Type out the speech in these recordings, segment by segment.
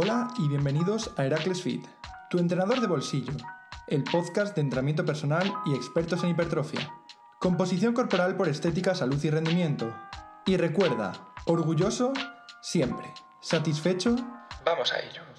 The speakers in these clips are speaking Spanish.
Hola y bienvenidos a Heracles Fit, tu entrenador de bolsillo, el podcast de entrenamiento personal y expertos en hipertrofia. Composición corporal por estética, salud y rendimiento. Y recuerda, orgulloso siempre, satisfecho, vamos a ello.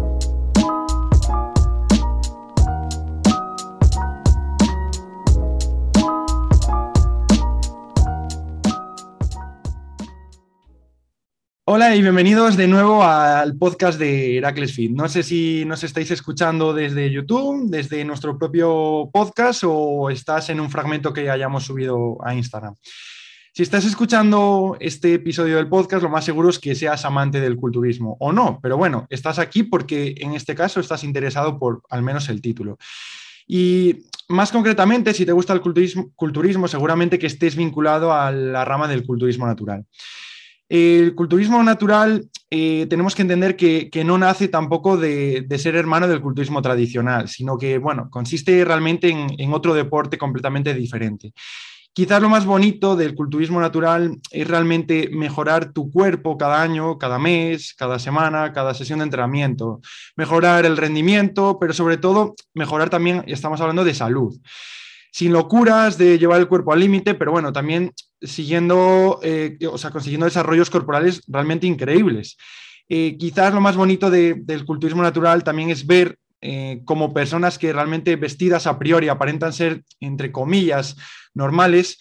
Hola y bienvenidos de nuevo al podcast de Heracles Fit. No sé si nos estáis escuchando desde YouTube, desde nuestro propio podcast o estás en un fragmento que hayamos subido a Instagram. Si estás escuchando este episodio del podcast, lo más seguro es que seas amante del culturismo o no, pero bueno, estás aquí porque en este caso estás interesado por al menos el título. Y más concretamente, si te gusta el culturismo, seguramente que estés vinculado a la rama del culturismo natural. El culturismo natural tenemos que entender que no nace tampoco de ser hermano del culturismo tradicional, sino que, bueno, consiste realmente en otro deporte completamente diferente. Quizás lo más bonito del culturismo natural es realmente mejorar tu cuerpo cada año, cada mes, cada semana, cada sesión de entrenamiento. Mejorar el rendimiento, pero sobre todo mejorar también, estamos hablando de salud. Sin locuras de llevar el cuerpo al límite, pero bueno, también consiguiendo desarrollos corporales realmente increíbles. Quizás lo más bonito del culturismo natural también es ver como personas que realmente vestidas a priori aparentan ser, entre comillas, normales,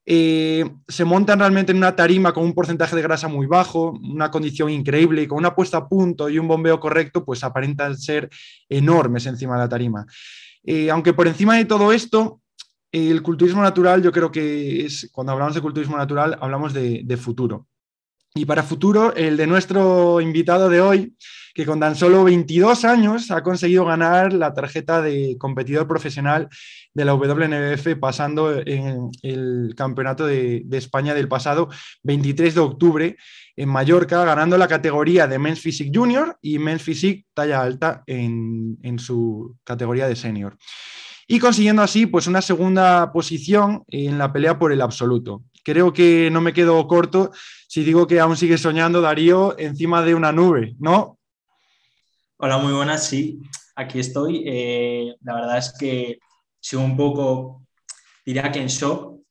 se montan realmente en una tarima con un porcentaje de grasa muy bajo, una condición increíble y con una puesta a punto y un bombeo correcto, pues aparentan ser enormes encima de la tarima. Aunque por encima de todo esto, el culturismo natural, yo creo que es, cuando hablamos de culturismo natural, hablamos de futuro. Y para futuro, el de nuestro invitado de hoy, que con tan solo 22 años ha conseguido ganar la tarjeta de competidor profesional de la WNBF, pasando en el campeonato de España del pasado 23 de octubre en Mallorca, ganando la categoría de Men's Physique Junior y Men's Physique talla alta en su categoría de senior. Y consiguiendo así pues una segunda posición en la pelea por el absoluto. Creo que no me quedo corto si digo que aún sigues soñando, Darío, encima de una nube, ¿no? Hola, muy buenas, sí, aquí estoy. La verdad es que sigo un poco, diría que en shock,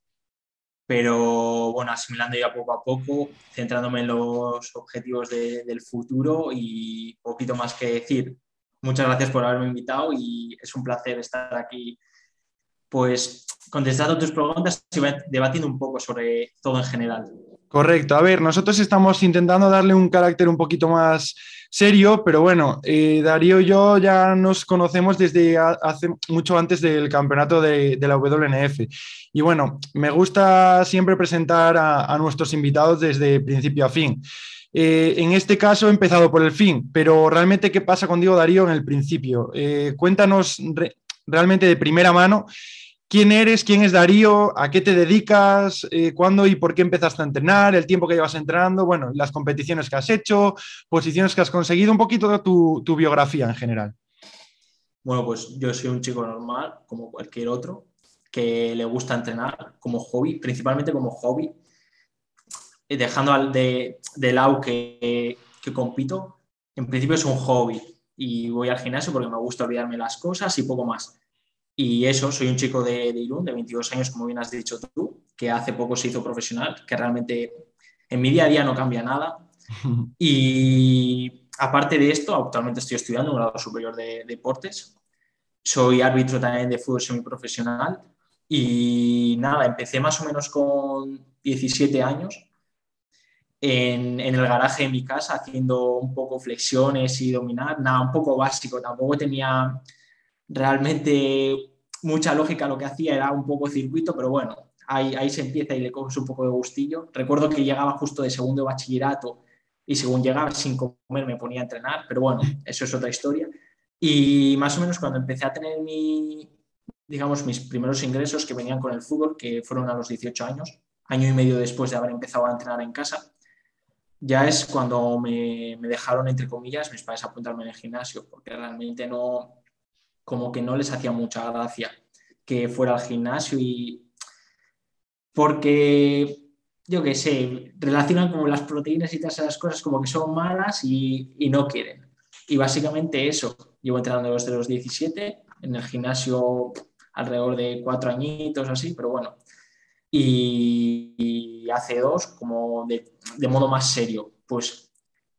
pero bueno, asimilando ya poco a poco, centrándome en los objetivos del futuro y poquito más que decir. Muchas gracias por haberme invitado y es un placer estar aquí, pues contestando tus preguntas y debatiendo un poco sobre todo en general. Correcto. A ver, nosotros estamos intentando darle un carácter un poquito más serio, pero bueno, Darío y yo ya nos conocemos desde hace mucho antes del campeonato de la WNF. Y bueno, me gusta siempre presentar a nuestros invitados desde principio a fin. En este caso he empezado por el fin, pero realmente, ¿qué pasa contigo, Darío, en el principio? Cuéntanos realmente de primera mano. ¿Quién eres? ¿Quién es Darío? ¿A qué te dedicas? ¿Cuándo y por qué empezaste a entrenar? ¿El tiempo que llevas entrenando? Bueno, las competiciones que has hecho, posiciones que has conseguido, un poquito de tu biografía en general. Bueno, pues yo soy un chico normal, como cualquier otro, que le gusta entrenar como hobby, principalmente como hobby, dejando de lado que compito. En principio es un hobby y voy al gimnasio porque me gusta olvidarme las cosas y poco más. Y eso, soy un chico de Irún, de 22 años, como bien has dicho tú, que hace poco se hizo profesional, que realmente en mi día a día no cambia nada. Y aparte de esto, actualmente estoy estudiando un grado superior de deportes. Soy árbitro también de fútbol semiprofesional y nada, empecé más o menos con 17 años en el garaje de mi casa haciendo un poco flexiones y dominar, nada, un poco básico, tampoco tenía realmente mucha lógica lo que hacía, era un poco circuito, pero bueno, ahí se empieza y le coges un poco de gustillo. Recuerdo que llegaba justo de segundo de bachillerato y según llegaba sin comer me ponía a entrenar, pero bueno, eso es otra historia. Y más o menos cuando empecé a tener digamos, mis primeros ingresos que venían con el fútbol, que fueron a los 18 años, año y medio después de haber empezado a entrenar en casa, ya es cuando me dejaron, entre comillas, mis padres apuntarme en el gimnasio, porque realmente no, como que no les hacía mucha gracia que fuera al gimnasio y porque, yo qué sé, relacionan como las proteínas y todas esas cosas como que son malas y no quieren. Y básicamente eso, llevo entrenando desde los 17, en el gimnasio alrededor de 4 añitos así, pero bueno. Y hace 2, como de modo más serio, pues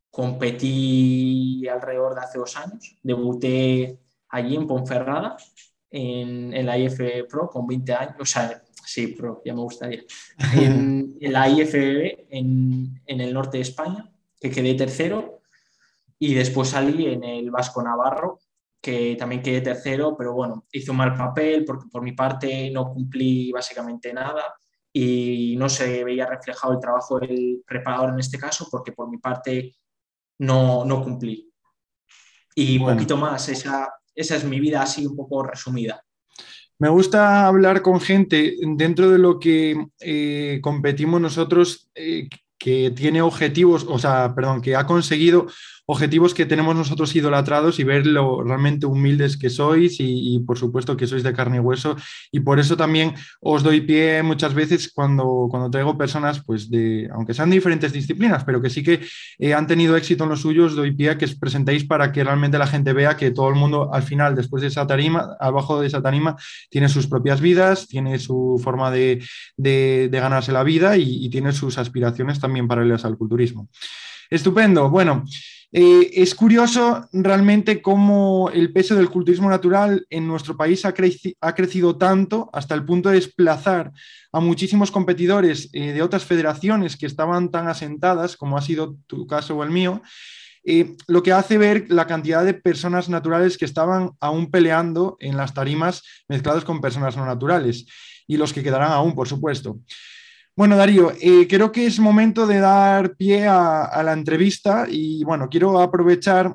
competí alrededor de hace 2 años. Debuté allí en Ponferrada, en la IF Pro con 20 años, o sea, sí, Pro, ya me gustaría. En la IFBB en el norte de España, que quedé tercero, y después salí en el Vasco Navarro, que también quedé tercero, pero bueno, hice un mal papel porque por mi parte no cumplí básicamente nada y no se veía reflejado el trabajo del preparador en este caso porque por mi parte no cumplí. Y Bueno. poquito más, esa es mi vida así un poco resumida. Me gusta hablar con gente dentro de lo que competimos nosotros, que tiene objetivos, o sea, perdón, que ha conseguido objetivos que tenemos nosotros idolatrados y ver lo realmente humildes que sois y por supuesto que sois de carne y hueso. Y por eso también os doy pie muchas veces cuando traigo personas, pues aunque sean de diferentes disciplinas, pero que sí que han tenido éxito en los suyos, doy pie a que os presentéis para que realmente la gente vea que todo el mundo al final, después de esa tarima, abajo de esa tarima, tiene sus propias vidas, tiene su forma de ganarse la vida y tiene sus aspiraciones también paralelas al culturismo. Estupendo. Bueno, es curioso realmente cómo el peso del culturismo natural en nuestro país ha crecido tanto hasta el punto de desplazar a muchísimos competidores de otras federaciones que estaban tan asentadas, como ha sido tu caso o el mío, lo que hace ver la cantidad de personas naturales que estaban aún peleando en las tarimas mezclados con personas no naturales y los que quedarán aún, por supuesto. Bueno, Darío, creo que es momento de dar pie a la entrevista y bueno, quiero aprovechar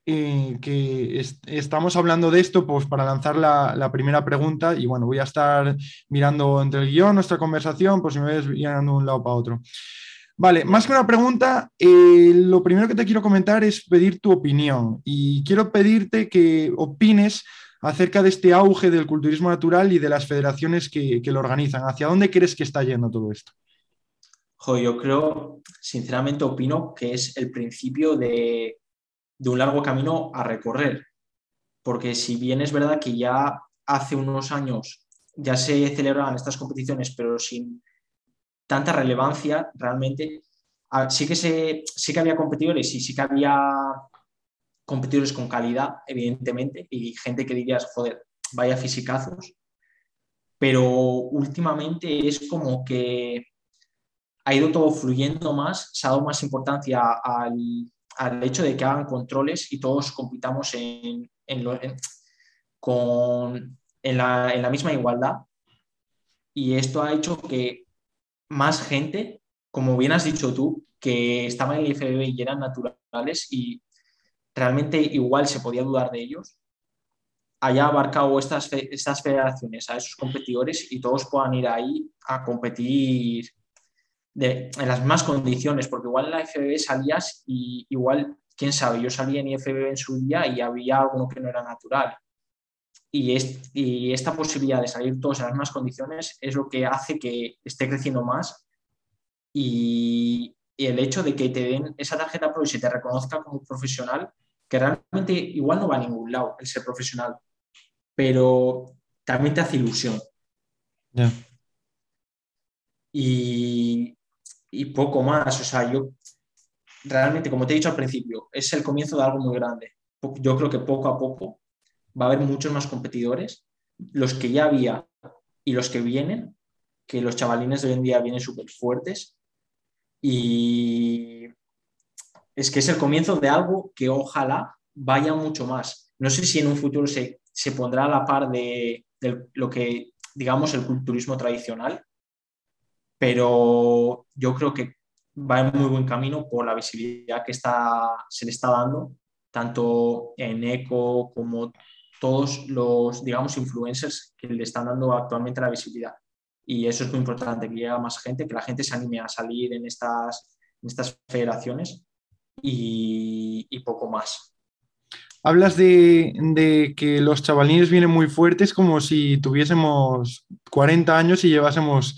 que estamos hablando de esto pues, para lanzar la primera pregunta y bueno, voy a estar mirando entre el guión, nuestra conversación, pues si me ves mirando de un lado para otro. Vale, más que una pregunta, lo primero que te quiero comentar es pedir tu opinión y quiero pedirte que opines acerca de este auge del culturismo natural y de las federaciones que lo organizan. ¿Hacia dónde crees que está yendo todo esto? Jo, yo creo, sinceramente opino que es el principio de un largo camino a recorrer, porque si bien es verdad que ya hace unos años ya se celebraban estas competiciones, pero sin tanta relevancia realmente, sí que había competidores y sí que había competidores con calidad, evidentemente, y gente que dirías, joder, vaya fisicazos, pero últimamente es como que ha ido todo fluyendo más, se ha dado más importancia al hecho de que hagan controles y todos compitamos en la misma igualdad. Y esto ha hecho que más gente, como bien has dicho tú, que estaban en el IFBB y eran naturales y realmente igual se podía dudar de ellos, haya abarcado estas federaciones a esos competidores y todos puedan ir ahí a competir en las mismas condiciones, porque igual en la IFBB salías y igual, quién sabe, yo salía en IFBB en su día y había alguno que no era natural. Y esta posibilidad de salir todos en las mismas condiciones es lo que hace que esté creciendo más y el hecho de que te den esa tarjeta pro y se te reconozca como profesional, que realmente igual no va a ningún lado el ser profesional, pero también te hace ilusión. Ya. Y, y poco más, o sea, yo realmente, como te he dicho al principio, es el comienzo de algo muy grande. Yo creo que poco a poco va a haber muchos más competidores, los que ya había y los que vienen, que los chavalines de hoy en día vienen súper fuertes y es que es el comienzo de algo que ojalá vaya mucho más. No sé si en un futuro se pondrá a la par de lo que, digamos, el culturismo tradicional, pero yo creo que va en muy buen camino por la visibilidad que se le está dando, tanto en Eco como todos los, digamos, influencers que le están dando actualmente la visibilidad. Y eso es muy importante, que llegue a más gente, que la gente se anime a salir en estas federaciones y poco más. Hablas de que los chavalines vienen muy fuertes como si tuviésemos 40 años y llevásemos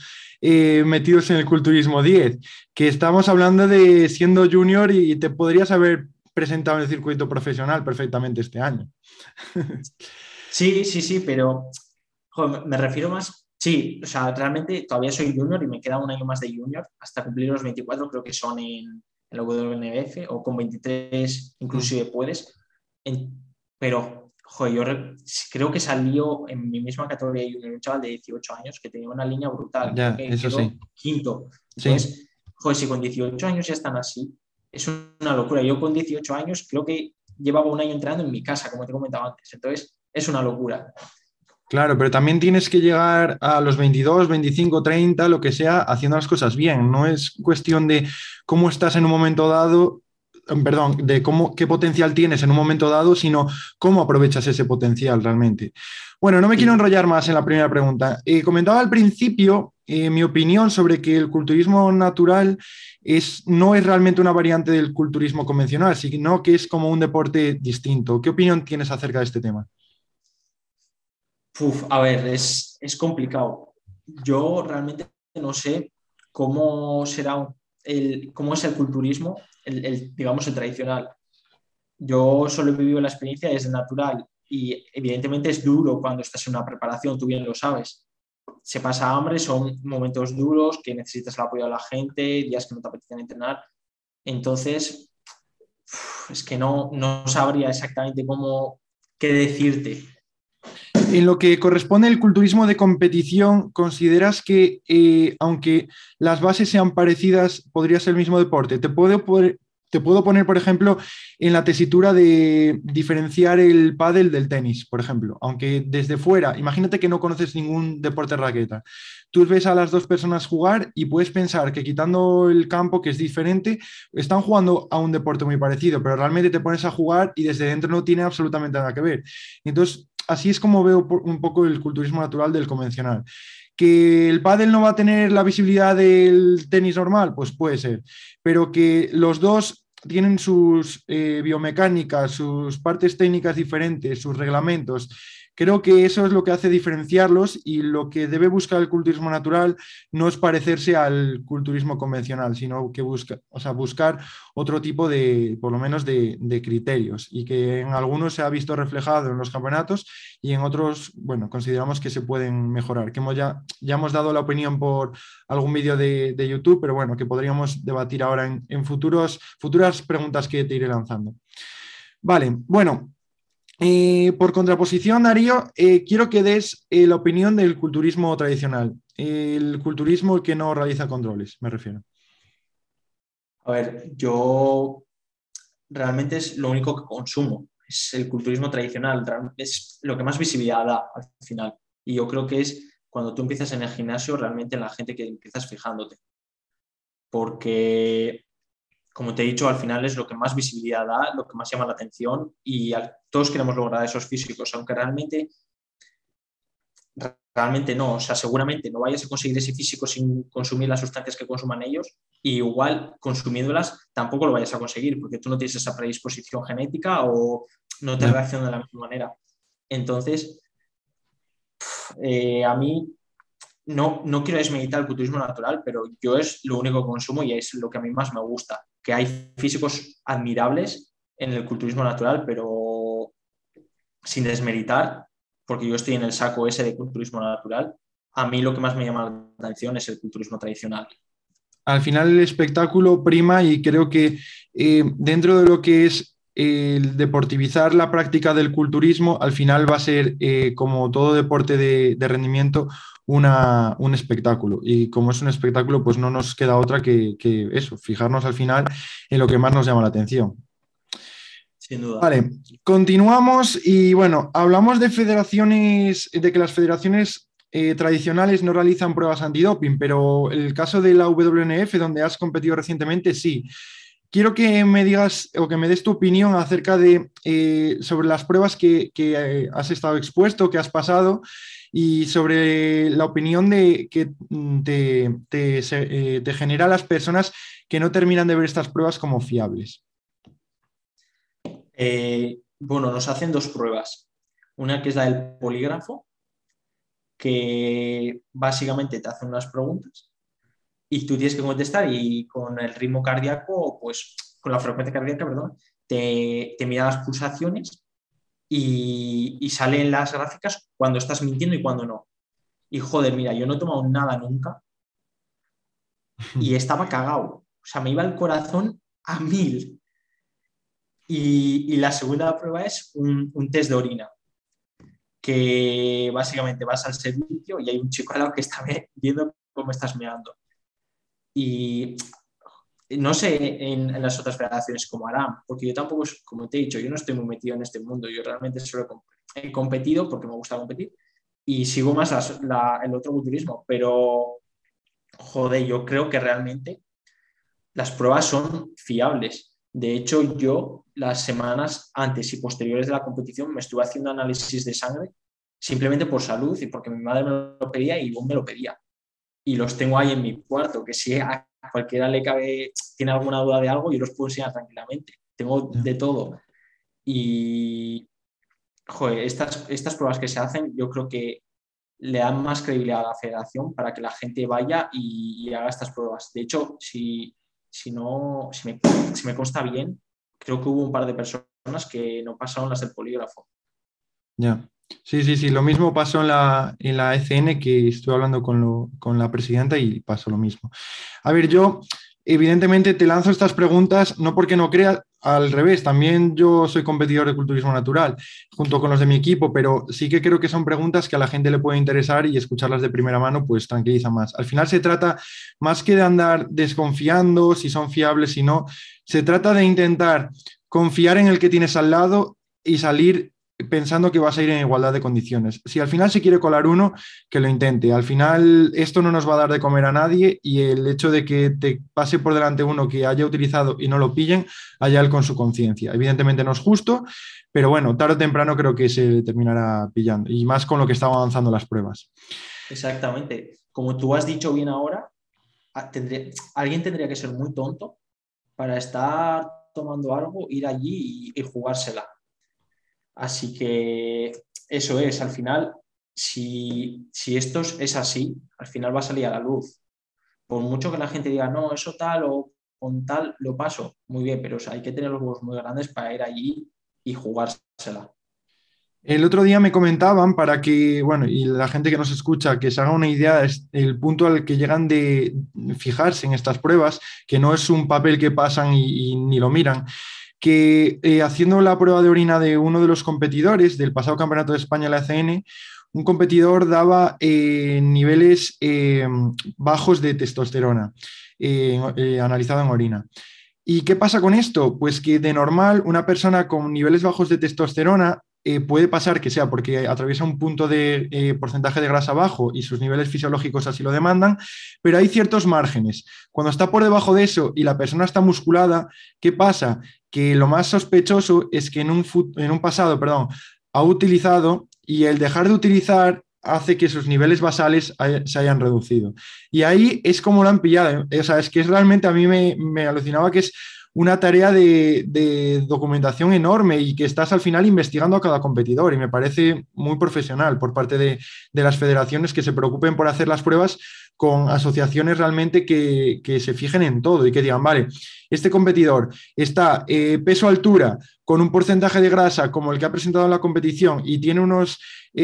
metidos en el culturismo 10, que estamos hablando de siendo junior y te podrías haber presentado en el circuito profesional perfectamente este año. Sí, sí, sí, pero joder, me refiero más, sí, o sea, realmente todavía soy junior y me queda un año más de junior hasta cumplir los 24, creo que son en la WNBF, o con 23 Mm. inclusive puedes. En- pero, joder, creo que salió en mi misma categoría de junior un chaval de 18 años que tenía una línea brutal, creo Ya, que eso sí. quedó quinto. Sí. Entonces, joder, si con 18 años ya están así, es una locura. Yo con 18 años creo que llevaba un año entrenando en mi casa, como te comentaba antes. Entonces, es una locura. Claro, pero también tienes que llegar a los 22, 25, 30, lo que sea, haciendo las cosas bien. No es cuestión de cómo estás en un momento dado, perdón, de qué potencial tienes en un momento dado, sino cómo aprovechas ese potencial realmente. Bueno, no me quiero Sí. enrollar más en la primera pregunta. Comentaba al principio mi opinión sobre que el culturismo natural no es realmente una variante del culturismo convencional, sino que es como un deporte distinto. ¿Qué opinión tienes acerca de este tema? Uf, a ver, es complicado. Yo realmente no sé cómo será cómo es el culturismo, digamos, el tradicional. Yo solo he vivido la experiencia desde natural y evidentemente es duro cuando estás en una preparación, tú bien lo sabes. Se pasa hambre, son momentos duros que necesitas el apoyo de la gente, días que no te apetecen entrenar. Entonces, es que no sabría exactamente qué decirte. En lo que corresponde al culturismo de competición, ¿consideras que aunque las bases sean parecidas, podría ser el mismo deporte? Te puedo poner, por ejemplo, en la tesitura de diferenciar el pádel del tenis, por ejemplo. Aunque desde fuera, imagínate que no conoces ningún deporte de raqueta. Tú ves a las dos personas jugar y puedes pensar que quitando el campo, que es diferente, están jugando a un deporte muy parecido, pero realmente te pones a jugar y desde dentro no tiene absolutamente nada que ver. Entonces, así es como veo un poco el culturismo natural del convencional. ¿Que el pádel no va a tener la visibilidad del tenis normal? Pues puede ser, pero que los dos tienen sus biomecánicas, sus partes técnicas diferentes, sus reglamentos. Creo que eso es lo que hace diferenciarlos y lo que debe buscar el culturismo natural no es parecerse al culturismo convencional, sino que buscar otro tipo de, por lo menos, de criterios y que en algunos se ha visto reflejado en los campeonatos y en otros, bueno, consideramos que se pueden mejorar, que ya hemos dado la opinión por algún vídeo de YouTube, pero bueno, que podríamos debatir ahora en futuras preguntas que te iré lanzando. Vale, bueno, por contraposición, Darío, quiero que des la opinión del culturismo tradicional, el culturismo que no realiza controles, me refiero. A ver, yo realmente es lo único que consumo, es el culturismo tradicional, es lo que más visibilidad da al final. Y yo creo que es cuando tú empiezas en el gimnasio, realmente en la gente que empiezas fijándote. Porque, como te he dicho, al final es lo que más visibilidad da, lo que más llama la atención y todos queremos lograr esos físicos, aunque realmente no, o sea, seguramente no vayas a conseguir ese físico sin consumir las sustancias que consuman ellos, y igual consumiéndolas tampoco lo vayas a conseguir, porque tú no tienes esa predisposición genética o no te Ya. reacciona de la misma manera. Entonces, a mí no quiero desmeditar el culturismo natural, pero yo es lo único que consumo y es lo que a mí más me gusta, que hay físicos admirables en el culturismo natural, pero sin desmeritar, porque yo estoy en el saco ese de culturismo natural, a mí lo que más me llama la atención es el culturismo tradicional. Al final el espectáculo prima y creo que dentro de lo que es el deportivizar la práctica del culturismo, al final va a ser, como todo deporte de rendimiento, un espectáculo. Y como es un espectáculo, pues no nos queda otra que eso, fijarnos al final en lo que más nos llama la atención. Sin duda. Vale, continuamos y bueno, hablamos de federaciones, de que las federaciones tradicionales no realizan pruebas antidoping, pero el caso de la WNF, donde has competido recientemente, sí. Quiero que me digas o que me des tu opinión acerca de sobre las pruebas que has estado expuesto, que has pasado y sobre la opinión que te genera las personas que no terminan de ver estas pruebas como fiables. Bueno, nos hacen dos pruebas. Una que es la del polígrafo, que básicamente te hacen unas preguntas y tú tienes que contestar y con el ritmo cardíaco, pues con la frecuencia cardíaca, perdón, te mira las pulsaciones y salen las gráficas cuando estás mintiendo y cuando no. Y joder, mira, yo no he tomado nada nunca y estaba cagado. O sea, me iba el corazón a 1000. Y la segunda prueba es un test de orina, que básicamente vas al servicio y hay un chico al lado que está viendo cómo estás meando. Y no sé en las otras federaciones cómo harán, porque yo tampoco, como te he dicho, yo no estoy muy metido en este mundo. Yo realmente solo he competido porque me gusta competir y sigo más el otro culturismo, pero joder, yo creo que realmente las pruebas son fiables. De hecho, yo las semanas antes y posteriores de la competición me estuve haciendo análisis de sangre simplemente por salud y porque mi madre me lo pedía y yo me lo pedía. Y los tengo ahí en mi cuarto, que si a cualquiera le cabe, tiene alguna duda de algo, yo los puedo enseñar tranquilamente. Tengo de todo. Y, joder, estas pruebas que se hacen, yo creo que le dan más credibilidad a la federación para que la gente vaya y haga estas pruebas. De hecho, si me consta bien, creo que hubo un par de personas que no pasaron las del polígrafo. Ya. Sí, sí, sí. Lo mismo pasó en la ECN, que estuve hablando con la presidenta y pasó lo mismo. A ver, yo evidentemente te lanzo estas preguntas no porque no crea, al revés, también yo soy competidor de culturismo natural junto con los de mi equipo, pero sí que creo que son preguntas que a la gente le puede interesar y escucharlas de primera mano pues tranquiliza más. Al final se trata más que de andar desconfiando si son fiables, si no, se trata de intentar confiar en el que tienes al lado y salir pensando que vas a ir en igualdad de condiciones. Si al final se quiere colar uno, que lo intente. Al final esto no nos va a dar de comer a nadie y el hecho de que te pase por delante uno que haya utilizado y no lo pillen, allá él con su conciencia. Evidentemente no es justo, pero bueno, tarde o temprano creo que se terminará pillando y más con lo que están avanzando las pruebas. Exactamente. Como tú has dicho bien ahora, alguien tendría que ser muy tonto para estar tomando algo, ir allí y jugársela. Así que eso es, al final, si esto es así, al final va a salir a la luz. Por mucho que la gente diga, no, eso tal o con tal lo paso, muy bien, pero o sea, hay que tener los huevos muy grandes para ir allí y jugársela. El otro día me comentaban para que, bueno, y la gente que nos escucha, que se haga una idea, es el punto al que llegan de fijarse en estas pruebas, que no es un papel que pasan y ni lo miran, que haciendo la prueba de orina de uno de los competidores del pasado Campeonato de España, la ECN, un competidor daba niveles bajos de testosterona analizado en orina. ¿Y qué pasa con esto? Pues que de normal una persona con niveles bajos de testosterona puede pasar que sea porque atraviesa un punto de porcentaje de grasa bajo y sus niveles fisiológicos así lo demandan, pero hay ciertos márgenes. Cuando está por debajo de eso y la persona está musculada, ¿qué pasa? Que lo más sospechoso es que en un pasado, perdón, ha utilizado y el dejar de utilizar hace que sus niveles basales se hayan reducido. Y ahí es como lo han pillado. O sea, es que es realmente a mí me alucinaba que es una tarea de documentación enorme y que estás al final investigando a cada competidor y me parece muy profesional por parte de las federaciones que se preocupen por hacer las pruebas con asociaciones realmente que se fijen en todo y que digan, vale, este competidor está peso-altura con un porcentaje de grasa como el que ha presentado en la competición y tiene unos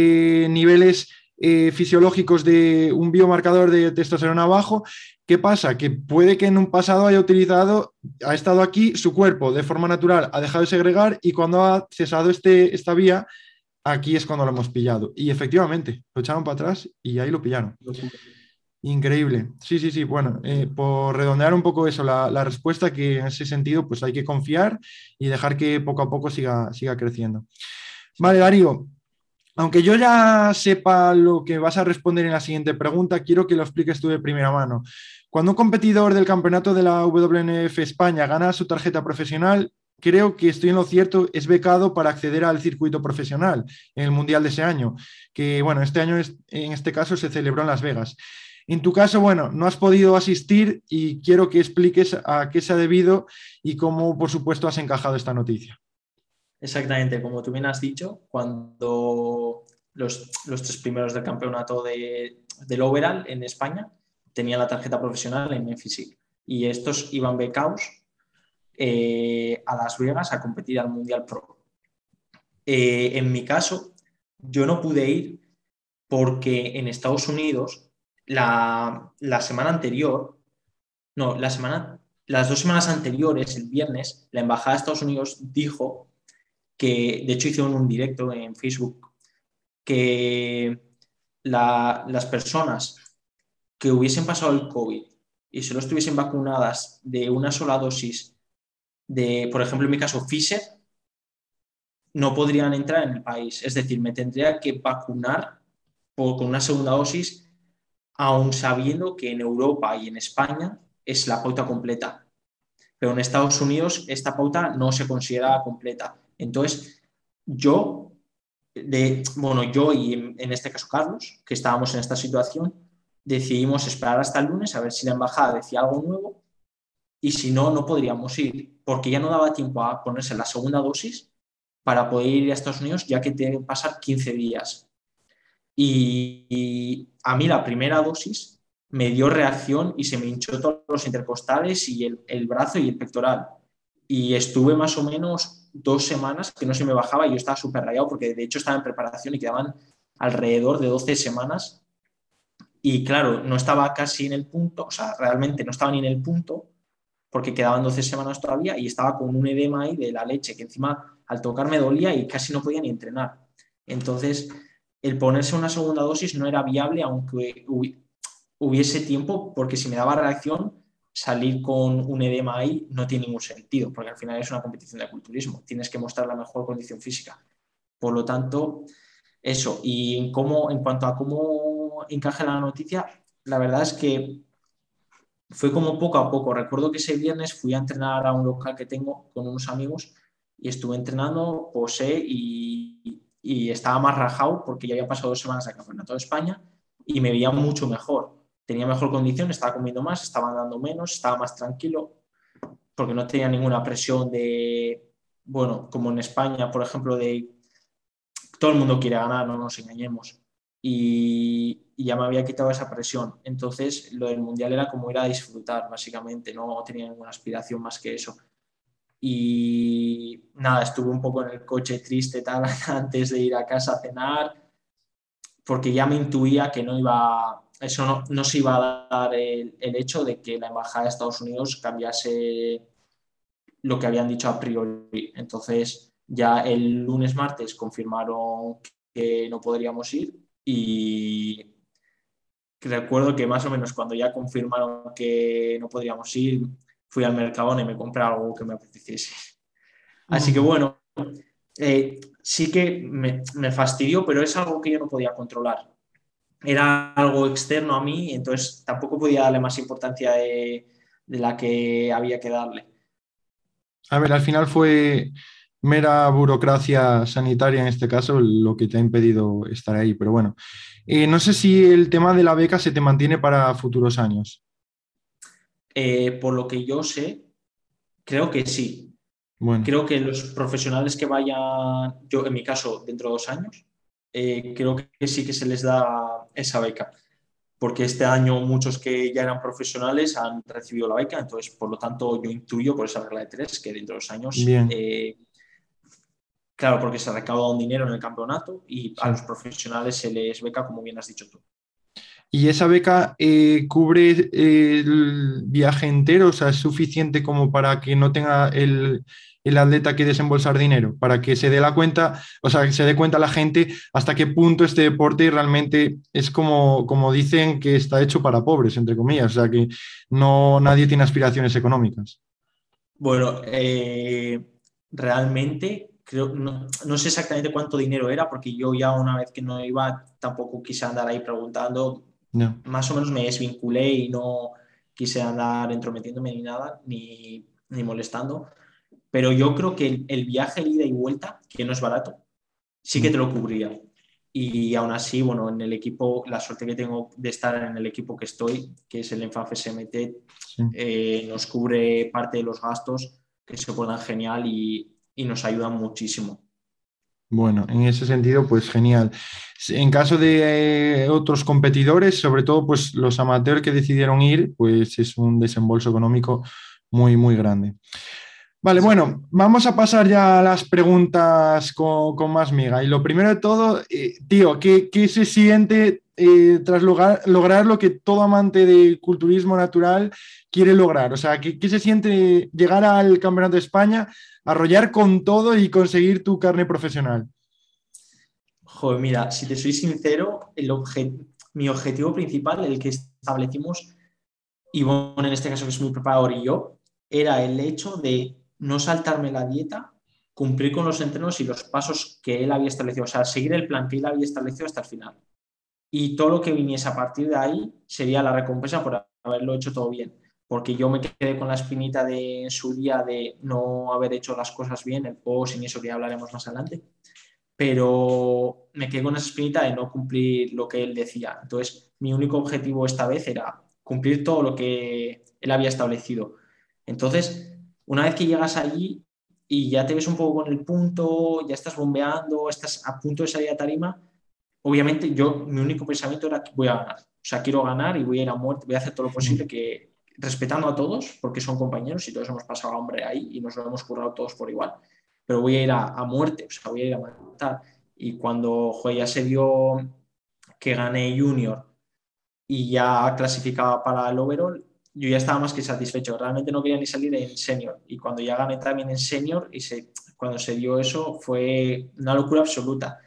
niveles fisiológicos de un biomarcador de testosterona bajo. ¿Qué pasa? Que puede que en un pasado haya utilizado, ha estado aquí, su cuerpo de forma natural ha dejado de segregar y cuando ha cesado esta vía, aquí es cuando lo hemos pillado. Y efectivamente, lo echaron para atrás y ahí lo pillaron. Increíble. Sí, sí, sí. Bueno, por redondear un poco eso, la respuesta que en ese sentido, pues hay que confiar y dejar que poco a poco siga creciendo. Vale, Darío, aunque yo ya sepa lo que vas a responder en la siguiente pregunta, quiero que lo expliques tú de primera mano. Cuando un competidor del campeonato de la WNF España gana su tarjeta profesional, creo que estoy en lo cierto, es becado para acceder al circuito profesional en el Mundial de ese año, que bueno, este año en este caso se celebró en Las Vegas. En tu caso, bueno, no has podido asistir y quiero que expliques a qué se ha debido y cómo, por supuesto, has encajado esta noticia. Exactamente, como tú bien has dicho, cuando los tres primeros del campeonato del overall en España tenían la tarjeta profesional en Physique y estos iban becados a Las Vegas a competir al Mundial Pro. En mi caso, yo no pude ir porque en Estados Unidos la semana anterior, no, las 2 semanas anteriores, el viernes, la Embajada de Estados Unidos dijo que, de hecho hicieron un directo en Facebook, que las personas que hubiesen pasado el COVID y solo estuviesen vacunadas de una sola dosis de, por ejemplo, en mi caso, Pfizer, no podrían entrar en el país. Es decir, me tendría que vacunar con una segunda dosis, aun sabiendo que en Europa y en España es la pauta completa. Pero en Estados Unidos esta pauta no se considera completa. Entonces, yo y en este caso Carlos, que estábamos en esta situación, decidimos esperar hasta el lunes a ver si la embajada decía algo nuevo y si no, no podríamos ir, porque ya no daba tiempo a ponerse la segunda dosis para poder ir a Estados Unidos, ya que tienen que pasar 15 días. Y a mí la primera dosis me dio reacción y se me hinchó todos los intercostales y el brazo y el pectoral. Y estuve más o menos 2 semanas que no se me bajaba y yo estaba súper rayado porque de hecho estaba en preparación y quedaban alrededor de 12 semanas. Y claro, no estaba casi en el punto, o sea, realmente no estaba ni en el punto porque quedaban 12 semanas todavía y estaba con un edema ahí de la leche que encima al tocar me dolía y casi no podía ni entrenar. Entonces, el ponerse una segunda dosis no era viable aunque hubiese tiempo, porque si me daba reacción, salir con un edema ahí no tiene ningún sentido, porque al final es una competición de culturismo, tienes que mostrar la mejor condición física. Por lo tanto, eso. Y en cuanto a cómo encaja la noticia, la verdad es que fue como poco a poco. Recuerdo que ese viernes fui a entrenar a un local que tengo con unos amigos y estuve entrenando, posé y estaba más rajado porque ya había pasado 2 semanas de campeonato de España y me veía mucho mejor. Tenía mejor condición, estaba comiendo más, estaba andando menos, estaba más tranquilo porque no tenía ninguna presión de, bueno, como en España, por ejemplo, de todo el mundo quiere ganar, no nos engañemos. Y ya me había quitado esa presión. Entonces, lo del mundial era como ir a disfrutar, básicamente, no tenía ninguna aspiración más que eso. Y nada, estuve un poco en el coche triste tal, antes de ir a casa a cenar, porque ya me intuía que eso no se iba a dar el hecho de que la Embajada de Estados Unidos cambiase lo que habían dicho a priori. Entonces, ya el lunes, martes confirmaron que no podríamos ir y recuerdo que más o menos cuando ya confirmaron que no podríamos ir, fui al Mercadona y me compré algo que me apeteciese. Así que bueno, sí que me fastidió, pero es algo que yo no podía controlar. Era algo externo a mí, entonces tampoco podía darle más importancia de la que había que darle. A ver, al final fue mera burocracia sanitaria en este caso lo que te ha impedido estar ahí, pero bueno. No sé si el tema de la beca se te mantiene para futuros años. Por lo que yo sé, creo que sí. Bueno, Creo que los profesionales que vayan, yo en mi caso, dentro de 2 años, creo que sí que se les da esa beca, porque este año muchos que ya eran profesionales han recibido la beca, entonces, por lo tanto, yo intuyo por esa regla de tres que dentro de 2 años, bien. claro, porque se recauda un dinero en el campeonato y a Sí. los profesionales se les beca, como bien has dicho tú. ¿Y esa beca cubre el viaje entero? O sea, ¿es suficiente como para que no tenga el atleta que desembolsar dinero? Para que se dé la cuenta, o sea, que se dé cuenta la gente hasta qué punto este deporte realmente es como dicen que está hecho para pobres, entre comillas. O sea, que no nadie tiene aspiraciones económicas. Bueno, realmente creo, no sé exactamente cuánto dinero era, porque yo ya una vez que no iba tampoco quise andar ahí preguntando, No. más o menos me desvinculé y no quise andar entrometiéndome ni nada, ni molestando, pero yo creo que el viaje ida y vuelta, que no es barato, sí que te lo cubría. Y aún así, bueno, en el equipo, la suerte que tengo de estar en el equipo que estoy, que es el ENFAF SMT, Sí. nos cubre parte de los gastos que se puedan genial y nos ayudan muchísimo. Bueno, en ese sentido, pues genial. En caso de otros competidores, sobre todo pues los amateurs que decidieron ir, pues es un desembolso económico muy, muy grande. Vale, bueno, vamos a pasar ya a las preguntas con más miga. Y lo primero de todo, tío, ¿qué se siente tras lograr lo que todo amante del culturismo natural quiere lograr? O sea, ¿qué se siente llegar al Campeonato de España, arrollar con todo y conseguir tu carne profesional? Joder, mira, si te soy sincero, mi objetivo principal, el que establecimos, y bueno, en este caso que es mi preparador y yo, era el hecho de no saltarme la dieta, cumplir con los entrenos y los pasos que él había establecido, o sea, seguir el plan que él había establecido hasta el final. Y todo lo que viniese a partir de ahí sería la recompensa por haberlo hecho todo bien. Porque yo me quedé con la espinita de en su día de no haber hecho las cosas bien, el post y eso que ya hablaremos más adelante, pero me quedé con esa espinita de no cumplir lo que él decía. Entonces, mi único objetivo esta vez era cumplir todo lo que él había establecido. Entonces, una vez que llegas allí y ya te ves un poco con el punto, ya estás bombeando, estás a punto de salir a tarima, obviamente mi único pensamiento era que voy a ganar. O sea, quiero ganar y voy a ir a muerte, voy a hacer todo lo posible que respetando a todos, porque son compañeros y todos hemos pasado hambre ahí y nos lo hemos currado todos por igual, pero voy a ir a muerte, o sea, voy a ir a matar. Y cuando ya se dio que gané Junior y ya clasificaba para el overall, yo ya estaba más que satisfecho. Realmente no quería ni salir en senior. Y cuando ya gané también en senior cuando se dio eso fue una locura absoluta.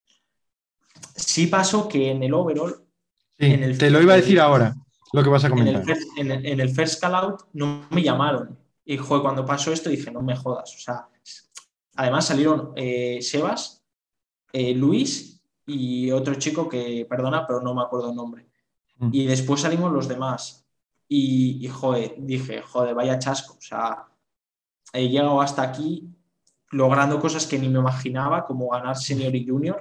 Sí pasó que en el overall, en Sí, el, te lo iba a decir ahora, lo que vas a en el, comentar. en el first call out no me llamaron. Y joder, cuando pasó esto dije, no me jodas. O sea, además salieron Sebas, Luis y otro chico que, perdona, pero no me acuerdo el nombre. Y después salimos los demás. Joder, dije, joder, vaya chasco. O sea, he llegado hasta aquí logrando cosas que ni me imaginaba, como ganar senior y junior,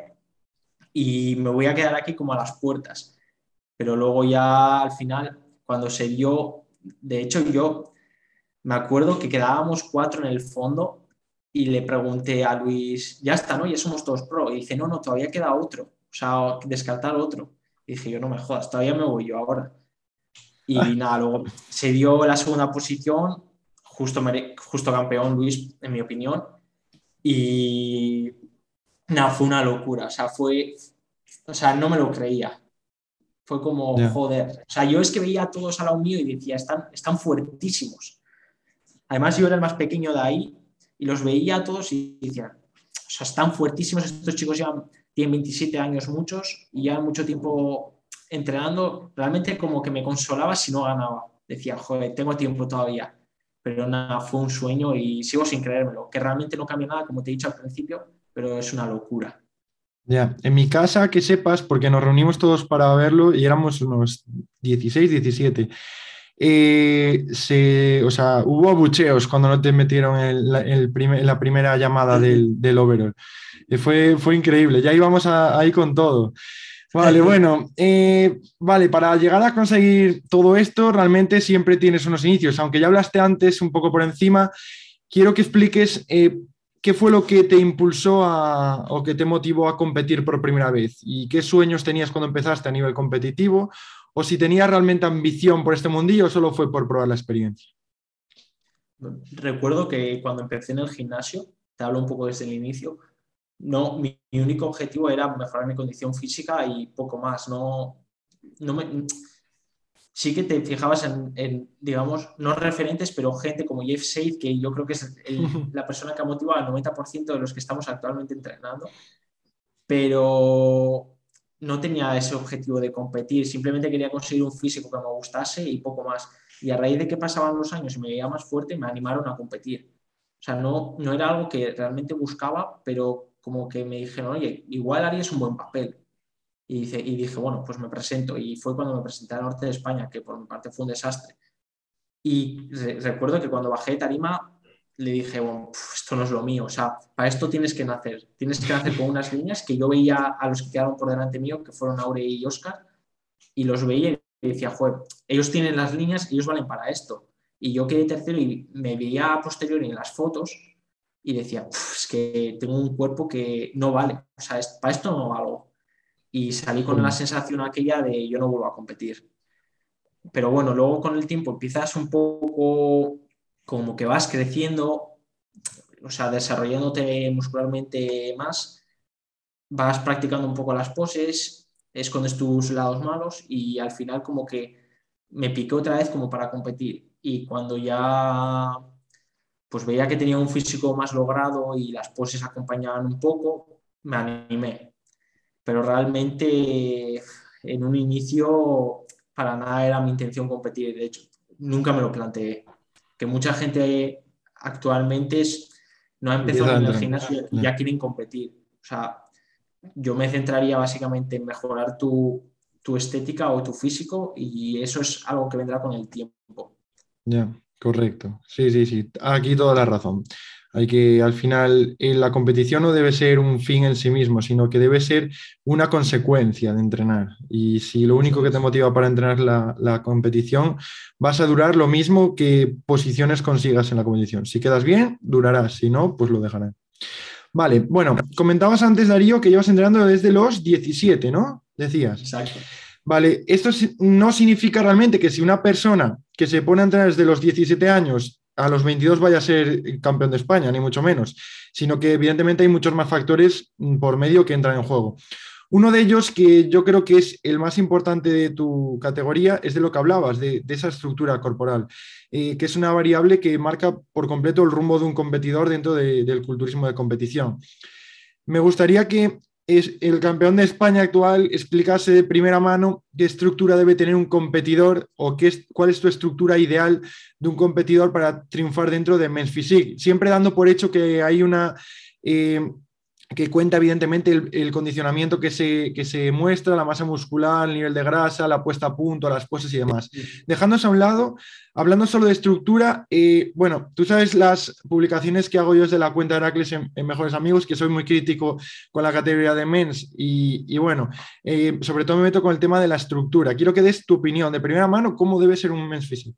y me voy a quedar aquí como a las puertas. Pero luego ya al final, cuando se dio, de hecho yo me acuerdo que quedábamos 4 en el fondo y le pregunté a Luis, ya está, ¿no? Ya somos todos pro. Y dice, no, no, todavía queda otro. O sea, descartar otro. Y dije, yo no me jodas, todavía me voy yo ahora. Y nada, luego se dio la segunda posición, justo campeón Luis, en mi opinión. Y nada, fue una locura. O sea, no me lo creía. Fue como, Ya. joder. O sea, yo es que veía a todos al lado mío y decía, están fuertísimos. Además, yo era el más pequeño de ahí y los veía a todos y decía, o sea, están fuertísimos. Estos chicos ya tienen 27 años muchos y ya mucho tiempo entrenando. Realmente como que me consolaba si no ganaba. Decía, joder, tengo tiempo todavía. Pero nada, fue un sueño y sigo sin creérmelo. Que realmente no cambia nada, como te he dicho al principio, pero es una locura. Ya, en mi casa, que sepas, porque nos reunimos todos para verlo y éramos unos 16, 17. O sea, hubo abucheos cuando no te metieron en la primera llamada del overall. Fue increíble, ya íbamos ahí con todo. Vale, bueno, vale, para llegar a conseguir todo esto, realmente siempre tienes unos inicios, aunque ya hablaste antes un poco por encima, quiero que expliques qué fue lo que te impulsó o que te motivó a competir por primera vez y qué sueños tenías cuando empezaste a nivel competitivo o si tenías realmente ambición por este mundillo o solo fue por probar la experiencia. Recuerdo que cuando empecé en el gimnasio, te hablo un poco desde el inicio, no, mi único objetivo era mejorar mi condición física y poco más. No me, sí que te fijabas digamos, no referentes, pero gente como Jeff Safe, que yo creo que es la persona que ha motivado al 90% de los que estamos actualmente entrenando, pero no tenía ese objetivo de competir, simplemente quería conseguir un físico que me gustase y poco más. Y a raíz de que pasaban los años y me veía más fuerte, me animaron a competir. O sea, no era algo que realmente buscaba, pero como que me dijeron, oye, igual harías un buen papel. Y dije, bueno, pues me presento. Y fue cuando me presenté al norte de España, que por mi parte fue un desastre. Y recuerdo que cuando bajé de tarima le dije, bueno, esto no es lo mío, o sea, para esto tienes que nacer con unas líneas que yo veía a los que quedaron por delante mío, que fueron Aure y Oscar, y los veía y decía, joder, ellos tienen las líneas, ellos valen para esto. Y yo quedé tercero y me veía a posteriori en las fotos y decía, es que tengo un cuerpo que no vale, o sea, para esto no valgo. Y salí con la sensación aquella de yo no vuelvo a competir. Pero bueno, luego con el tiempo empiezas un poco como que vas creciendo, o sea, desarrollándote muscularmente más, vas practicando un poco las poses, escondes tus lados malos y al final como que me piqué otra vez como para competir. Y cuando ya pues veía que tenía un físico más logrado y las poses acompañaban un poco, me animé. Pero realmente en un inicio para nada era mi intención competir. De hecho, nunca me lo planteé. Que mucha gente actualmente no ha empezado Empieza a ni en el entrenar. gimnasio y Ya. ya quieren competir. O sea, yo me centraría básicamente en mejorar tu estética o tu físico y eso es algo que vendrá con el tiempo. Ya, correcto. Sí, sí, sí. Aquí toda la razón. Hay que, al final, la competición no debe ser un fin en sí mismo, sino que debe ser una consecuencia de entrenar. Y si lo único Eso que te es. motiva para entrenar la competición, vas a durar lo mismo que posiciones consigas en la competición. Si quedas bien, durarás. Si no, pues lo dejarás. Vale, bueno, comentabas antes, Darío, que llevas entrenando desde los 17, ¿no? Decías. Exacto. Vale, esto no significa realmente que si una persona que se pone a entrenar desde los 17 años a los 22 vaya a ser campeón de España, ni mucho menos, sino que evidentemente hay muchos más factores por medio que entran en juego. Uno de ellos, que yo creo que es el más importante de tu categoría, es de lo que hablabas, de esa estructura corporal, que es una variable que marca por completo el rumbo de un competidor dentro del culturismo de competición. Me gustaría que el campeón de España actual explicase de primera mano qué estructura debe tener un competidor o cuál es tu estructura ideal de un competidor para triunfar dentro de Men's Physique, siempre dando por hecho que hay una... que cuenta evidentemente el condicionamiento que se muestra, la masa muscular, el nivel de grasa, la puesta a punto, las poses y demás. Dejándose a un lado, hablando solo de estructura, bueno, tú sabes las publicaciones que hago yo desde la cuenta de Heracles en Mejores Amigos, que soy muy crítico con la categoría de Men's y bueno, sobre todo me meto con el tema de la estructura. Quiero que des tu opinión de primera mano, cómo debe ser un Men's Physique.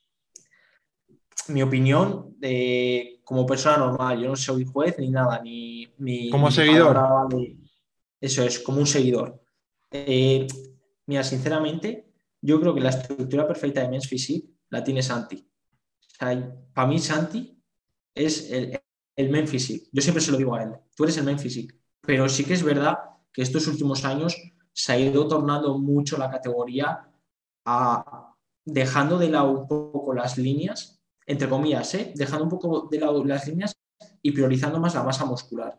Mi opinión como persona normal, yo no soy juez ni nada, Como ni mi palabra seguidor. vale. Eso es, como un seguidor. Eh, Mira, sinceramente, yo creo que la estructura perfecta de Men's Physique la tiene Santi. O sea, para mí Santi es el Men's Physique. Yo siempre se lo digo a él, tú eres el Men's Physique. Pero sí que es verdad que estos últimos años se ha ido tornando mucho la categoría dejando de lado un poco las líneas, entre comillas, dejando un poco de lado las líneas y priorizando más la masa muscular.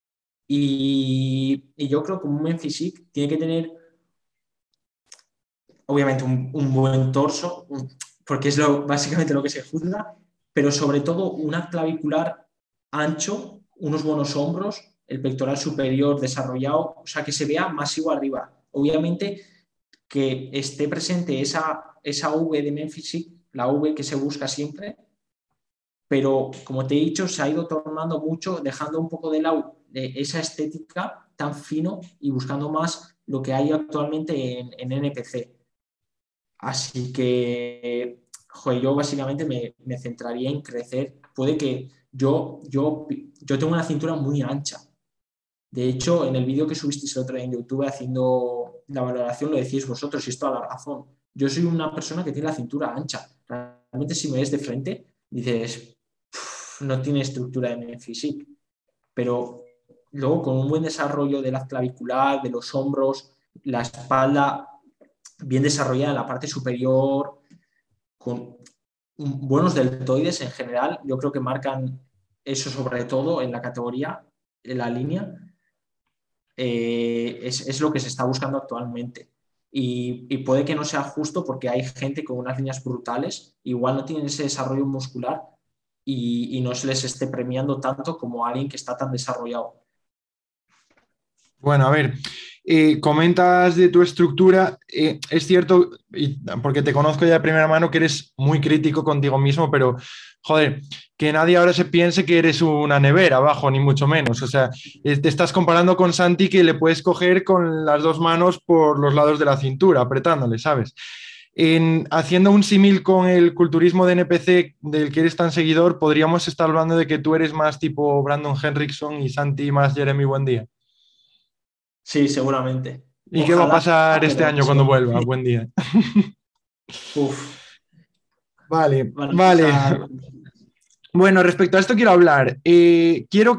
Y yo creo que un men physique tiene que tener, obviamente, un buen torso, porque es básicamente lo que se juzga, pero sobre todo una clavicular ancho, unos buenos hombros, el pectoral superior desarrollado, o sea, que se vea masivo arriba. Obviamente que esté presente esa V de men physique, la V que se busca siempre, pero como te he dicho, se ha ido tornando mucho, dejando un poco de lado esa estética tan fino y buscando más lo que hay actualmente en NPC. Así que, joder, yo básicamente me centraría en crecer. Puede que yo tengo una cintura muy ancha. De hecho, en el vídeo que subisteis el otro día en YouTube haciendo la valoración lo decís vosotros y es toda la razón. Yo soy una persona que tiene la cintura ancha. Realmente si me ves de frente, dices, no tiene estructura de men physique, pero luego con un buen desarrollo de la clavicular, de los hombros, la espalda bien desarrollada en la parte superior, con buenos deltoides en general, yo creo que marcan eso sobre todo en la categoría, en la línea, es lo que se está buscando actualmente. Y puede que no sea justo porque hay gente con unas líneas brutales, igual no tienen ese desarrollo muscular y no se les esté premiando tanto como alguien que está tan desarrollado. Bueno, a ver, comentas de tu estructura, es cierto, porque te conozco ya de primera mano, que eres muy crítico contigo mismo, pero joder, que nadie ahora se piense que eres una nevera abajo, ni mucho menos. O sea, te estás comparando con Santi que le puedes coger con las dos manos por los lados de la cintura, apretándole, ¿sabes? Haciendo un símil con el culturismo de NPC del que eres tan seguidor, podríamos estar hablando de que tú eres más tipo Brandon Henrickson y Santi más Jeremy Buendía. Sí, seguramente. ¿Y qué va a Ojalá, pasar este pero año cuando sí. vuelva? Buen día. Uf, Vale, van a vale. pasar. Bueno, respecto a esto quiero hablar. Quiero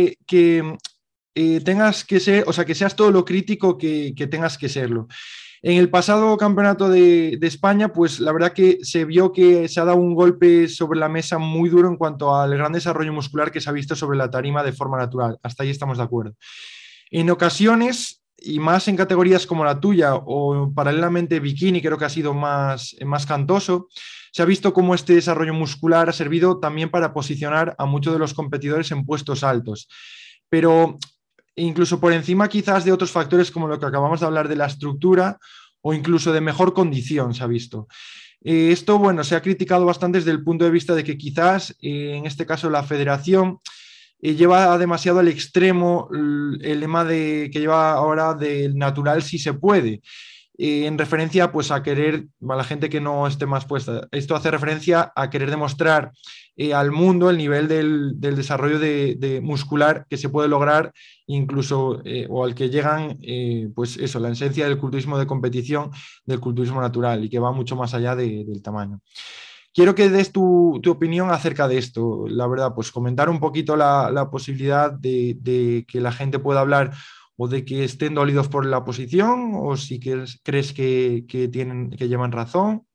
que tengas que ser, o sea, que seas todo lo crítico que tengas que serlo. En el pasado campeonato de España, pues la verdad que se vio que se ha dado un golpe sobre la mesa muy duro en cuanto al gran desarrollo muscular que se ha visto sobre la tarima de forma natural. Hasta ahí estamos de acuerdo. En ocasiones, y más en categorías como la tuya o paralelamente bikini, creo que ha sido más cantoso, se ha visto cómo este desarrollo muscular ha servido también para posicionar a muchos de los competidores en puestos altos. Pero incluso por encima quizás de otros factores como lo que acabamos de hablar de la estructura o incluso de mejor condición se ha visto. Esto, bueno, se ha criticado bastante desde el punto de vista de que quizás, en este caso, la federación lleva demasiado al extremo el lema que lleva ahora del natural si se puede, en referencia pues a querer, a la gente que no esté más puesta, esto hace referencia a querer demostrar al mundo el nivel del desarrollo de muscular que se puede lograr incluso, o al que llegan, pues eso, la esencia del culturismo de competición, del culturismo natural y que va mucho más allá del tamaño. Quiero que des tu opinión acerca de esto. La verdad, pues comentar un poquito la posibilidad de que la gente pueda hablar o de que estén dolidos por la posición o si crees que llevan razón.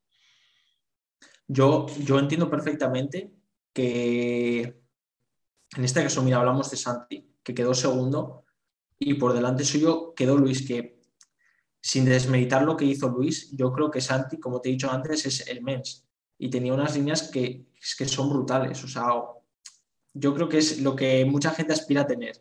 Yo entiendo perfectamente que en este caso, mira, hablamos de Santi, que quedó segundo, y por delante suyo quedó Luis, que sin desmeritar lo que hizo Luis, yo creo que Santi, como te he dicho antes, es el mens y tenía unas líneas que son brutales. O sea, yo creo que es lo que mucha gente aspira a tener.